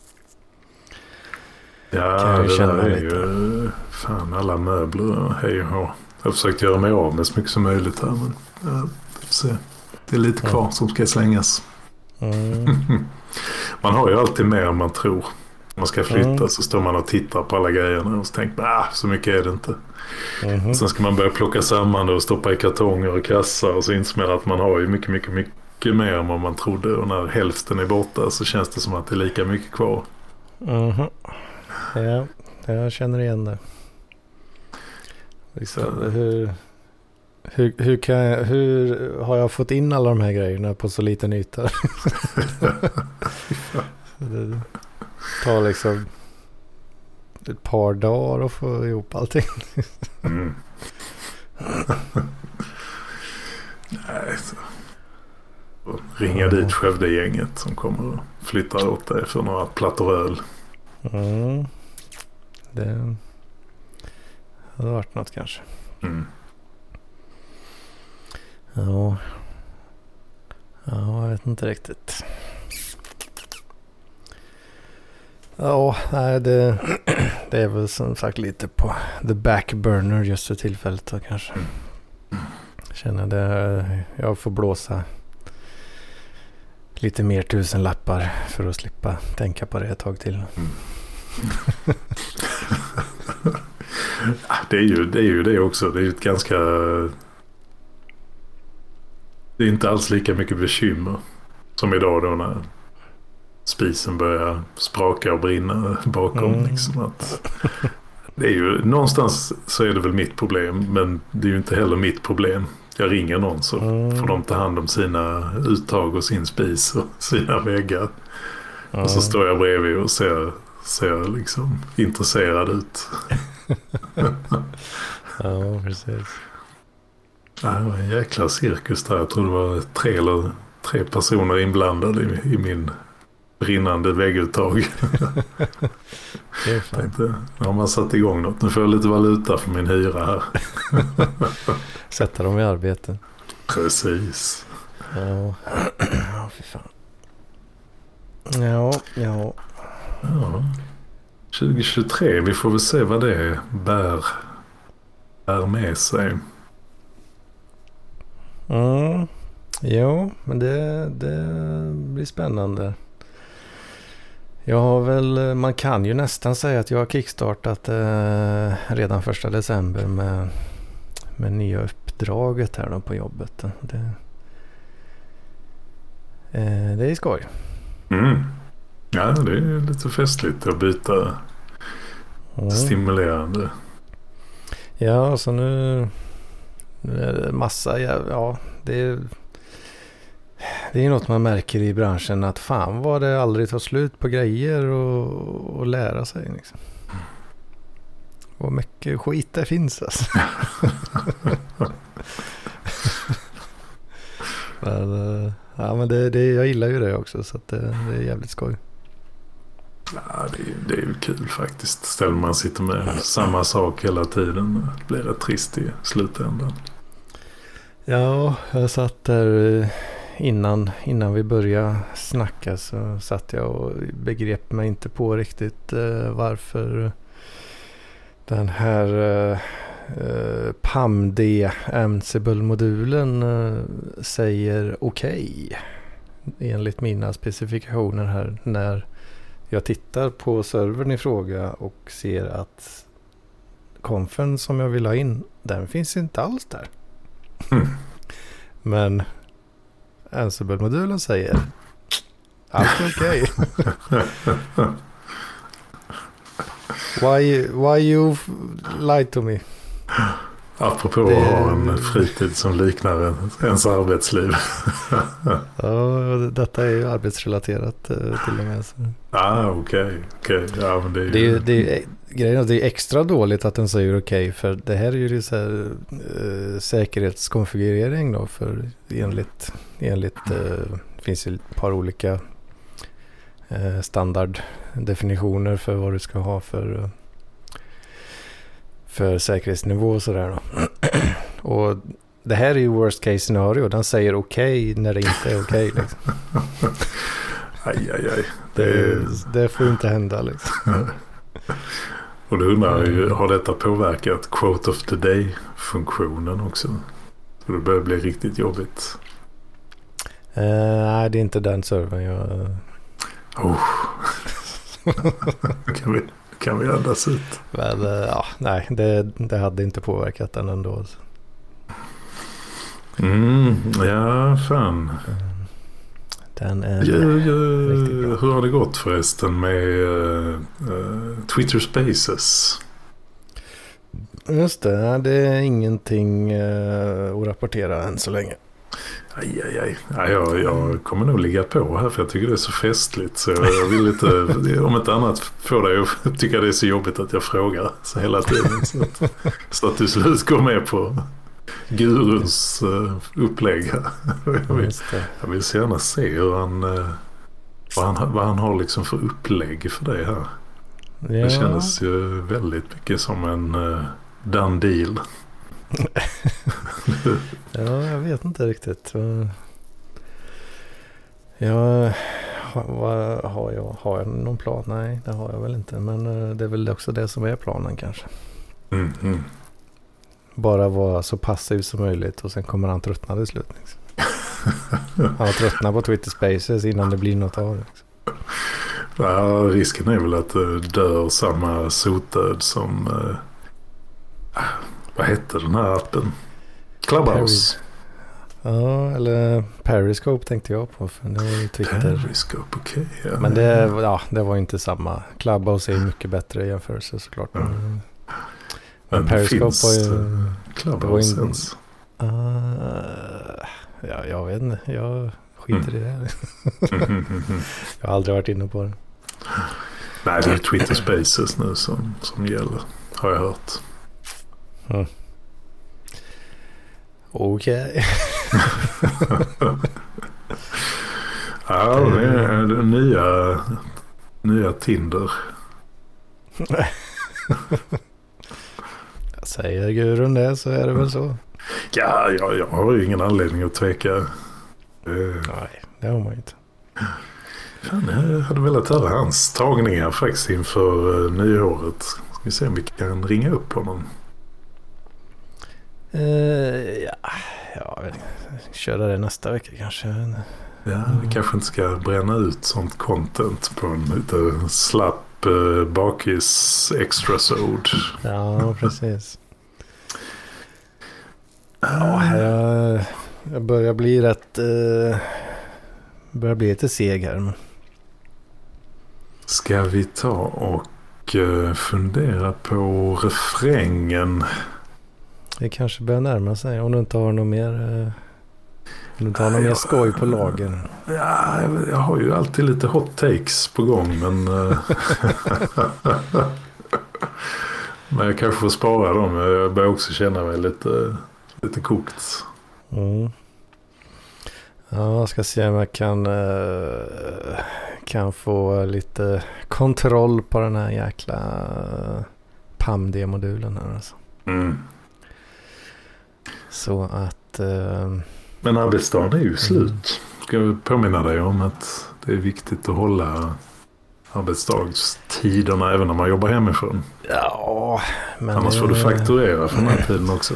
Ja, det där är lite. Ju fan alla möbler. Hej och hå. Jag har försökt göra mig av med så mycket som möjligt här, men ja, se. Det är lite kvar mm. som ska slängas. Mm. Man har ju alltid mer än man tror. Man ska flytta mm. så står man och tittar på alla grejerna och så tänker man, ah, så mycket är det inte. Mm. Sen ska man börja plocka samman det och stoppa i kartonger och kassar och så inser man att man har ju mycket, mycket, mycket mer än vad man trodde. Och när hälften är borta så känns det som att det är lika mycket kvar. Mm. Ja, jag känner igen det. Liksom, ja. hur, hur, hur, kan jag, hur har jag fått in alla de här grejerna på så liten yta? Det tar liksom ett par dagar att få ihop allting. Mm. Nej, så. Och ringa mm. dit Skövde-gänget som kommer och flyttar åt dig för några plattor öl. Mm. Det hade varit något kanske. Mm. Ja. Ja, jag vet inte riktigt. Ja, nej, det, det är väl som sagt lite på the back burner just för tillfället då, kanske. Mm. Jag känner det, jag får blåsa lite mer tusen lappar för att slippa tänka på det ett tag till. Mm. det, är ju, det är ju det också. Det är ju ett ganska... Det är inte alls lika mycket bekymmer som idag då när spisen börjar spraka och brinna bakom. Mm. Liksom att det är ju, någonstans så är det väl mitt problem, men det är ju inte heller mitt problem. Jag ringer någon så mm. får de ta hand om sina uttag och sin spis och sina väggar. Mm. Och så står jag bredvid och ser, ser liksom intresserad ut. Ja, precis. Ja, det var en jäkla cirkus där. Jag tror det var tre eller tre personer inblandade i, i min brinnande vägguttag. Jag tänkte, nu har man satt igång något. Nu får jag lite valuta för min hyra här. Sätta dem i arbete. Precis. Ja, ja fy fan. Ja, ja. Ja. tjugo tjugotre, vi får väl se vad det bär, bär med sig. Mm. Jo, men det, det blir spännande. Jag har väl, man kan ju nästan säga att jag har kickstartat eh, redan första december med, med nya uppdraget här då på jobbet. Det, eh, det är skoj. Mm. Ja, det är lite festligt att byta. Mm. Stimulerande. Ja, så nu, nu är det massa, ja, ja det är det är något man märker i branschen att fan vad det aldrig tar slut på grejer och, och lära sig liksom. Vad mycket skit det finns alltså. men, ja, men det, det, jag gillar ju det också så att det, det är jävligt skoj. Ja, det, är, det är ju kul faktiskt. Ställer man sitter med samma sak hela tiden blir det trist i slutändan. Ja, jag satt där innan, innan vi började snacka så satt jag och begrep mig inte på riktigt uh, varför den här uh, uh, P A M D Ansible-modulen uh, säger okej okay, enligt mina specifikationer här när jag tittar på servern i fråga och ser att konfen som jag vill ha in, den finns inte alls där. Mm. Men Ansible-modulen säger allt är okej. why, why you lie to me? Apropå det... att ha en fritid som liknar ens arbetsliv. Ja, detta är ju arbetsrelaterat till och med. Ah, okej. Okay, okay. Ja, men det är ju... det är, det är, grejen är att det är extra dåligt att den säger okej, okay, för det här är ju så här, äh, säkerhetskonfigurering då, för enligt, enligt äh, det finns ju ett par olika äh, standarddefinitioner för vad du ska ha för äh, för säkerhetsnivå och sådär då. Och det här är ju worst case scenario. Den säger okej okay när det inte är okej. Okay, liksom. aj, aj, aj. Det, det, det får inte hända liksom. Och du undrar ju, har detta påverkat quote of the day-funktionen också? Så det börjar bli riktigt jobbigt. Uh, nej, det är inte den servern jag... Oh. kan, vi, kan vi andas ut? Men, uh, ja, nej, det, det hade inte påverkat den ändå. Alltså. Mm, ja, fan. Den är ja, ja, hur har det gått förresten med uh, uh, Twitter Spaces? Just det, det är ingenting uh, att rapportera än så länge. Aj, aj, aj. Ja, jag, jag kommer nog ligga på här för jag tycker det är så festligt. Så jag vill inte, om inte annat få dig att tycka det är så jobbigt att jag frågar så hela tiden. Så att, så att du slut går med på guruns uh, upplägg. Jag vill, jag vill så gärna se hur han, uh, vad, han, vad han har liksom för upplägg för det här. Ja. Det känns ju väldigt mycket som en uh, done deal. Ja, jag vet inte riktigt. Jag, vad, har, jag, har jag någon plan? Nej, det har jag väl inte. Men det är väl också det som är planen kanske. Mm, mm. Bara vara så passiv som möjligt och sen kommer han tröttna till slut. Liksom. Han har tröttnat på Twitter Spaces innan det blir något av det. Liksom. Ja, risken är väl att det dör samma sotdöd som... Uh, vad heter den här appen? Clubhouse. Ja, eller Periscope tänkte jag på. För det var ju Twitter. Periscope, okej. Okay, ja. Men det, ja, det var inte samma. Clubhouse är mycket bättre i jämförelse såklart. Mm. Men, men Periscope finns var ju... Clubhouse var ens? Uh, ja, jag vet inte. Jag skiter mm. i det. Jag har aldrig varit inne på det. Nej, det är Twitter Spaces nu som, som gäller. Har jag hört. Mm. Okej. Okay. Ja, det är det nya, nya Tinder. Jag säger gurun det så är det väl så. Ja, ja, jag har ju ingen anledning att tveka. Uh, Nej, det har man inte. Fan, jag hade velat höra hans tagningar faktiskt inför uh, nyåret. Ska vi se om vi kan ringa upp honom. Uh, ja, ja, köra det nästa vecka kanske. Ja, vi kanske inte ska bränna ut sånt content på en lite slapp uh, bakis extra-sod. Ja, precis. Ja, jag, jag börjar bli rätt uh, börjar bli lite seg här. Men... Ska vi ta och uh, fundera på refrängen? Det kanske börjar närma sig om du inte har något mer uh, om du inte har något mer skoj på lager. Ja, jag, jag har ju alltid lite hot takes på gång, men uh, men jag kanske får spara dem. Jag börjar också känna mig lite lite kokt. Mm. Ja, jag ska se om jag kan uh, kan få lite kontroll på den här jäkla uh, P A M D-modulen här alltså. Mm. Så att uh, men arbetsdagen är ju slut. Ska jag påminna dig om att det är viktigt att hålla arbetsdagstiderna även när man jobbar hemifrån. Ja, men annars det... får du fakturera för den här tiden också.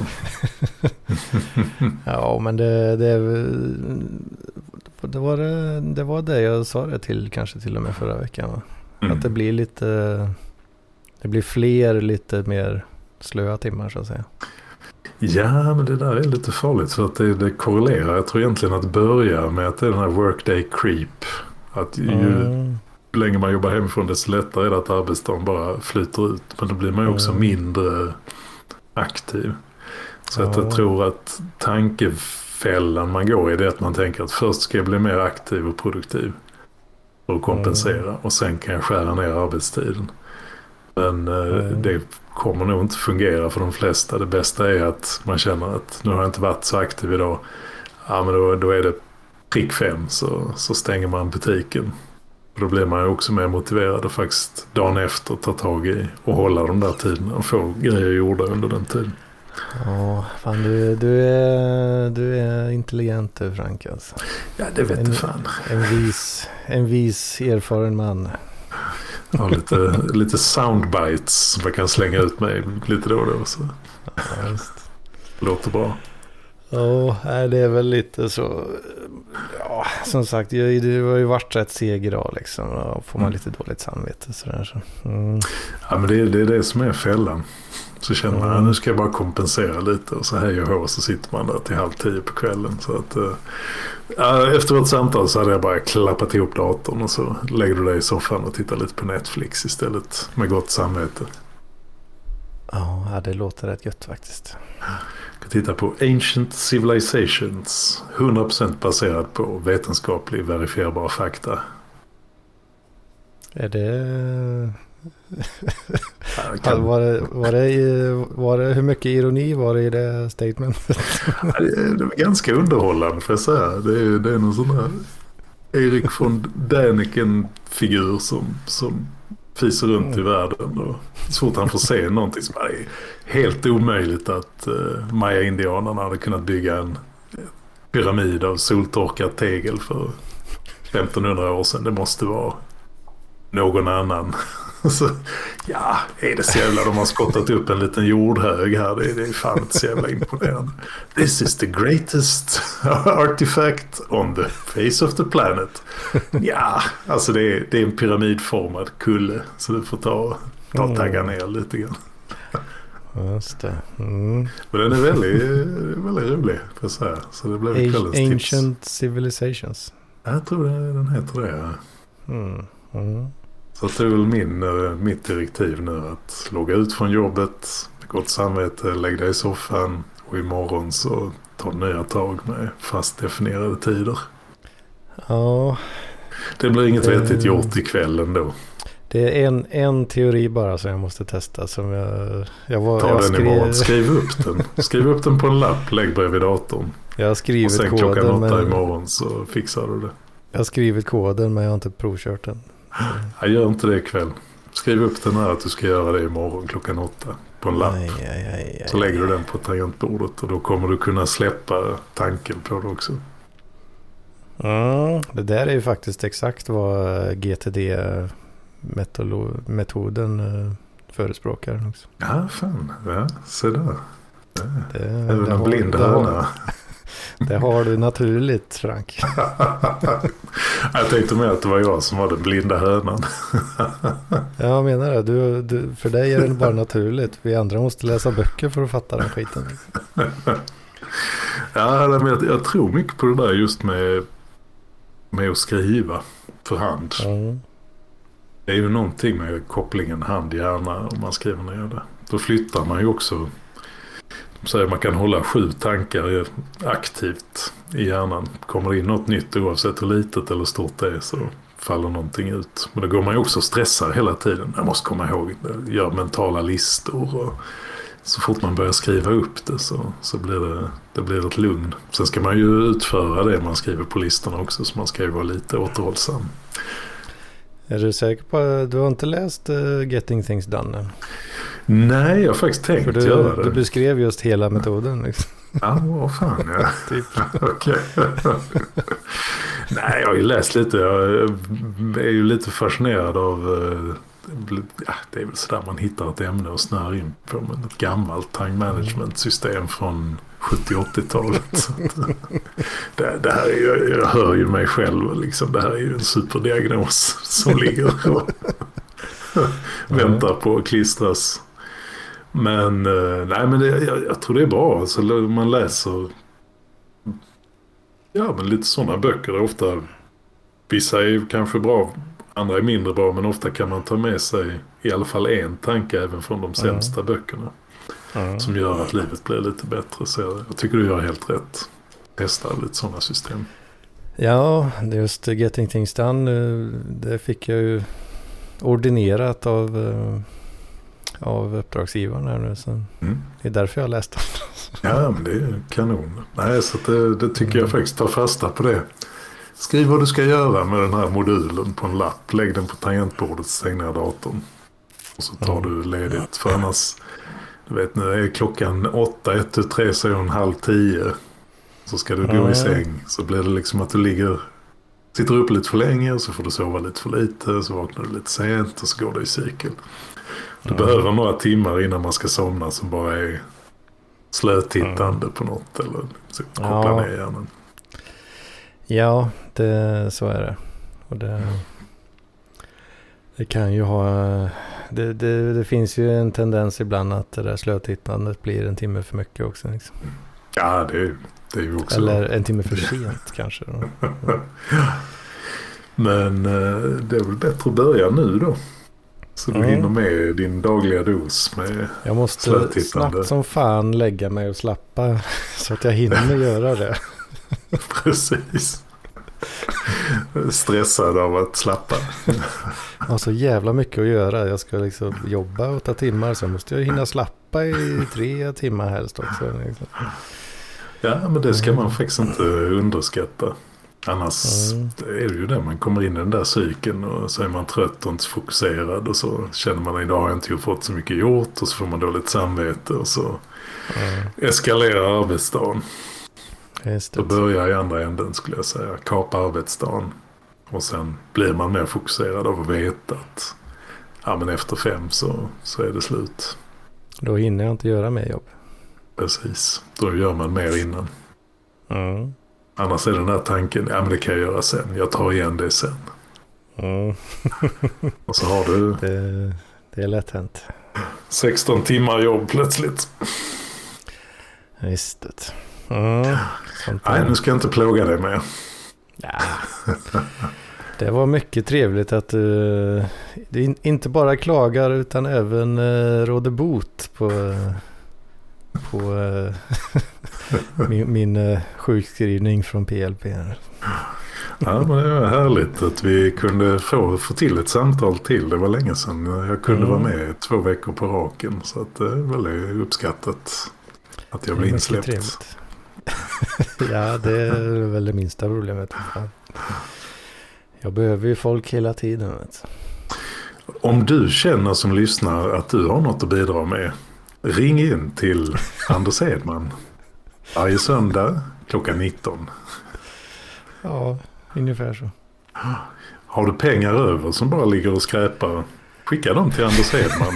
Ja, men det, det, det, var det, det var det jag sa det till kanske till och med förra veckan. Va? Mm. Att det blir lite det blir fler lite mer slöa timmar så att säga. Ja, men det där är lite farligt för att det, det korrelerar. Jag tror egentligen att börja med att det är den här workday creep. Att ju mm. länge man jobbar hemifrån desto lättare är det att arbetsdagen bara flyter ut. Men då blir man ju också mm. mindre aktiv. Så att jag tror att tankefällan man går i det är att man tänker att först ska jag bli mer aktiv och produktiv för att kompensera. Mm. Och sen kan jag skära ner arbetstiden. Men mm. det kommer nog inte fungera för de flesta. Det bästa är att man känner att nu har jag inte varit så aktiv idag. Ja, men då, då är det prick fem så, så stänger man butiken. Då blir man ju också mer motiverad att faktiskt dagen efter ta tag i och hålla de där tiderna och få grejer gjorda under den tiden. Ja, fan du, du, är, du är intelligent du, Frank alltså. Ja, det vet en, du fan. En vis, en vis erfaren man. Ja, lite, lite soundbites som man kan slänga ut mig lite då och då. Så. Ja, just. Låter bra. Ja, det är väl lite så. Ja, som sagt, det har ju varit rätt seg idag liksom. Då får man mm. lite dåligt samvete. Sådär, så. Mm. Ja, men det är, det är det som är fällan. Så känner man, mm. nu ska jag bara kompensera lite. Och så hej och hå så sitter man där till halv tio på kvällen. Så att, äh, efter ett samtal så hade jag bara klappat ihop datorn. Och så lägger du dig i soffan och tittar lite på Netflix istället. Med gott samvete. Ja, det låter rätt gött faktiskt. Jag kan titta på Ancient Civilizations. hundra procent baserad på vetenskaplig verifierbar fakta. Är det... Ja, kan... var, det, var, det, var det hur mycket ironi var det i det statementet? Ja, det, det var ganska underhållande för jag säga. Det är, det är någon sån här Erik von Däniken-figur som, som fiser runt mm. i världen. Och så fort han får se någonting som är helt omöjligt att uh, Maya-indianerna hade kunnat bygga en pyramid av soltorkat tegel för femtonhundra år sedan. Det måste vara någon annan. Så, ja, är det så jävla de har skottat upp en liten jordhög här. Det är, det är fan inte så jävla imponerande. This is the greatest artifact on the face of the planet. Ja, alltså det är, det är en pyramidformad kulle. Så du får ta, ta och tagga ner lite grann. Just det. Mm. Men den är väldigt, väldigt rolig för så här. Så det blev kvällens tips. Ancient Civilizations. Jag tror det, den heter det. Mm. Mm. Så det är väl min, mitt direktiv nu att logga ut från jobbet, gott samvete, lägg dig i soffan och imorgon så tar nya tag med fast definierade tider. Ja. Det blir inget det, vettigt gjort ikväll ändå. Det är en, en teori bara som jag måste testa. Som jag, jag var, Ta jag den skrev... imorgon, skriv upp den. Skriv upp den på en lapp, lägg bredvid datorn. Jag har skrivit och sen koden, klockan åtta men... imorgon så fixar du det. Jag har skrivit koden men jag har inte provkört den. Jag gör inte det ikväll. Skriv upp den här att du ska göra det imorgon klockan åtta på en lapp. Aj, aj, aj, aj, så lägger du den på tangentbordet och då kommer du kunna släppa tanken på det också. Mm, det där är ju faktiskt exakt vad G T D-metoden förespråkar också. Ja, fan. Ja, se där. Ja. Det, Även det en blind hörna. Det har du naturligt, Frank. Jag tänkte med att det var jag som var den blinda hönan. Jag menar det. Du, du, för dig är det bara naturligt. Vi andra måste läsa böcker för att fatta den skiten. Ja, men jag, jag tror mycket på det där just med, med att skriva för hand. Mm. Det är ju någonting med kopplingen hand-hjärna om man skriver ner det. Då flyttar man ju också... Så man kan hålla sju tankar aktivt i hjärnan. Kommer det in något nytt oavsett hur litet eller stort det är så faller någonting ut. Men då går man ju också och stressar hela tiden. Jag måste komma ihåg, gör mentala listor och så fort man börjar skriva upp det så, så blir det, det blir ett lugn. Sen ska man ju utföra det man skriver på listorna också så man ska ju vara lite återhållsam. Är du säker på du har inte läst uh, Getting Things Done än? Nej, jag har faktiskt tänkt du, göra det. Du beskrev just hela metoden. Liksom. Ja, vad fan. Ja. Typ. Okej. Nej, jag har ju läst lite. Jag är ju lite fascinerad av... Ja, det är väl sådär man hittar ett ämne och snör in på. Men ett gammalt time management system från sjuttio-åttiotalet. det, det här är ju, jag hör ju mig själv. Liksom, det här är ju en superdiagnos som ligger och väntar på att klistras. Men, nej, men det, jag, jag tror det är bra. Alltså, man läser ja, men lite sådana böcker. Ofta, vissa är ju kanske bra, andra är mindre bra, men ofta kan man ta med sig i alla fall en tanke även från de sämsta mm. böckerna. Mm. Som gör att livet blir lite bättre. Så jag, jag tycker du gör helt rätt. Testa lite sådana system. Ja, just Getting Things Done, det fick jag ju ordinerat av av uppdragsgivaren här nu. Så mm. det är därför jag har läst den. Ja, men det är kanon. Nej, så det, det tycker jag faktiskt tar fasta på det. Skriv vad du ska göra med den här modulen på en lapp. Lägg den på tangentbordet, stäng ner datorn. Och så tar du ledigt. För annars, du vet nu är klockan åtta, ett, tu, tre, så är hon halv tio. Så ska du gå i säng. Så blir det liksom att du ligger, sitter upp lite för länge. Så får du sova lite för lite. Så vaknar du lite sent och så går det i cykel. Du mm. behöver några timmar innan man ska somna som bara är slötittande mm. på något. Eller så koppla ja. ner hjärnan. Ja, det, så är det. Och det, det kan ju ha... Det, det, det finns ju en tendens ibland att det där slötittandet blir en timme för mycket också. Liksom. Ja, det, det är ju också... Eller en timme för sent kanske. Då. Men det är väl bättre att börja nu då. Så du mm. hinner med din dagliga dos med jag måste snabbt som fan lägga mig och slappa så att jag hinner göra det. Precis. Stressad av att slappa. Jag har så jävla mycket att göra. Jag ska liksom jobba åtta timmar, så måste jag hinna slappa i tre timmar helst också. Liksom. Ja, men det ska man faktiskt inte underskatta. Annars mm. är det ju det. Man kommer in i den där cykeln och så är man trött och inte fokuserad. Och så känner man att idag har jag inte fått så mycket gjort. Och så får man dåligt samvete och så mm. eskalerar arbetsdagen. Då börjar i andra änden skulle jag säga. Kapa arbetsdagen. Och sen blir man mer fokuserad av att veta att ja, men efter fem så, så är det slut. Då hinner jag inte göra mer jobb. Precis. Då gör man mer innan. Mm. Annars är den här tanken, ja men det kan jag göra sen. Jag tar igen det sen. Mm. Och så har du... Det, det är lätt hänt. sexton timmar jobb plötsligt. Just det. Mm. Nej, nu ska jag inte plåga dig med. Ja. Det var mycket trevligt att du uh, inte bara klagar utan även uh, råder bot på, uh, på uh, min, min uh, sjukskrivning från P L P. Ja, men det var härligt att vi kunde få, få till ett samtal till. Det var länge sedan jag kunde mm. vara med två veckor på raken. Så att det är väldigt uppskattat att jag blev insläppt. Trevligt. Ja, det är väl det minsta problemet. Jag behöver ju folk hela tiden. Vet. Om du känner som lyssnar att du har något att bidra med, ring in till Anders Edman varje söndag klockan nitton. Ja, ungefär så. Har du pengar över som bara ligger och skräpar, skicka dem till Anders Edman.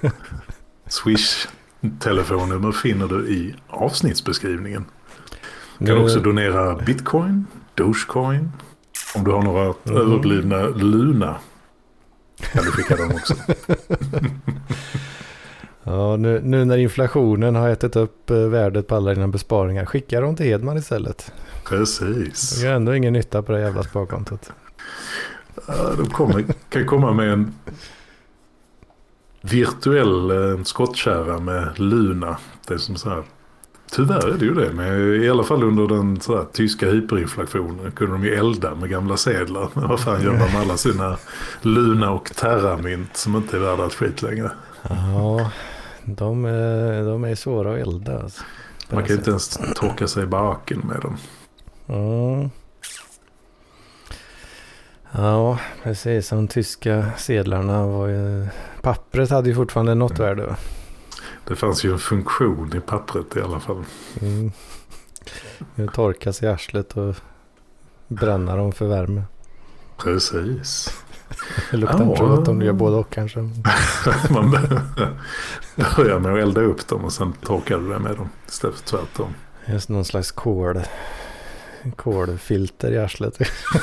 Swish-telefonnummer finner du i avsnittsbeskrivningen. Du kan nu... också donera Bitcoin, Dogecoin. Om du har några mm. överblivna Luna kan du skicka dem också. Ja, nu, nu när inflationen har ätit upp värdet på alla dina besparingar, skicka dem till Edman istället. Precis. Det är ändå ingen nytta på det jävla sparkontot. Ja, de kommer, kan komma med en virtuell eh, skottkärra med Luna. Det är som så här. Tyvärr är det ju det. Men i alla fall under den så här, tyska hyperinflationen kunde de ju elda med gamla sedlar. Men vad fan gör de med alla sina Luna och Terra-mynt som inte är värda ett skit längre? Ja, de är, de är svåra att elda. Alltså, man kan sätt. inte ens torka sig i baken med dem. Mm. Ja, precis. De tyska sedlarna var ju... Pappret hade ju fortfarande något mm. värde. Det fanns ju en funktion i pappret i alla fall. Mm. Nu torka sig i arslet och bränna dem för värme. Precis. Det luktar ja. inte att de gör både och kanske. Man börjar med att elda upp dem och sen torkar du det med dem istället för tvärtom. Just någon slags kol. kolfilter i arslet.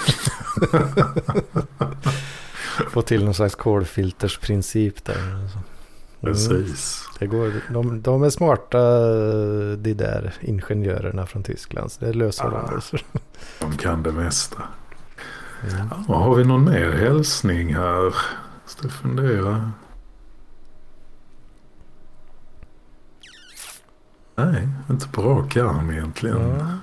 Få till någon slags kolfiltersprincip där. Mm. Precis. Det går, de, de är smarta, de där ingenjörerna från Tyskland. Så det löser ah, de. De kan det mesta. Mm. Ja, har vi någon mer hälsning här? Ska jag fundera? Nej, inte på rak arm egentligen. Ja.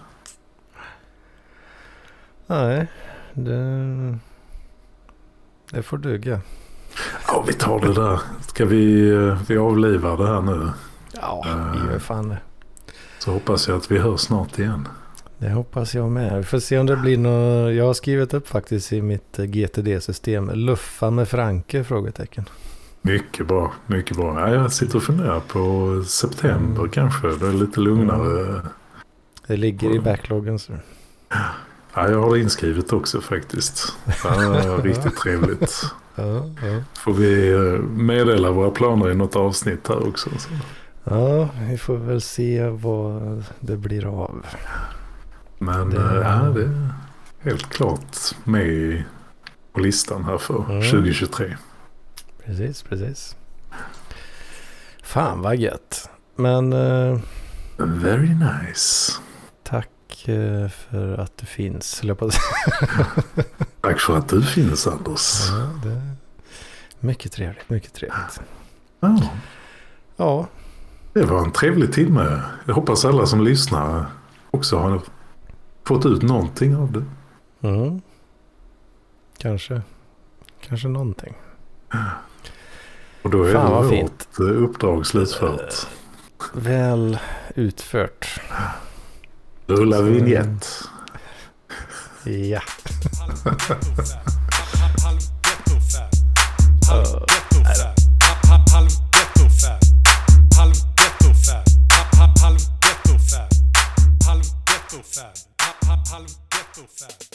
Nej, det, det får duga. Ja, vi tar det där. Ska vi, vi avliva det här nu? Ja, vi gör fan det. Så hoppas jag att vi hörs snart igen. Det hoppas jag med. Vi får se om det blir något. Jag har skrivit upp faktiskt i mitt G T D-system. Luffa med Franke? Frågetecken. Mycket bra, mycket bra. Ja, jag sitter och funderar på september mm. kanske. Det är lite lugnare. Mm. Det ligger i backloggen så. Ja, jag har det inskrivet också faktiskt. Ja, riktigt trevligt. Ja, ja. Får vi meddela våra planer i något avsnitt här också. Så. Ja, vi får väl se vad det blir av. Men det, ja, det är helt klart med på listan här för mm. tjugohundratjugotre. Precis, precis. Fan vad gött. Men... Uh, very nice. Tack uh, för att du finns. Tack för att du finns, Anders. Ja, det är mycket trevligt, mycket trevligt. Ja. Ja. Det var en trevlig timme. Jag hoppas alla som lyssnar också har fått ut någonting av det. Mm. Kanske. Kanske någonting. Och då är Fan, vad vårt fint. uppdrag slutfört. Uh, väl utfört. Rulla vignett. Ja. Halv ghetto-fab.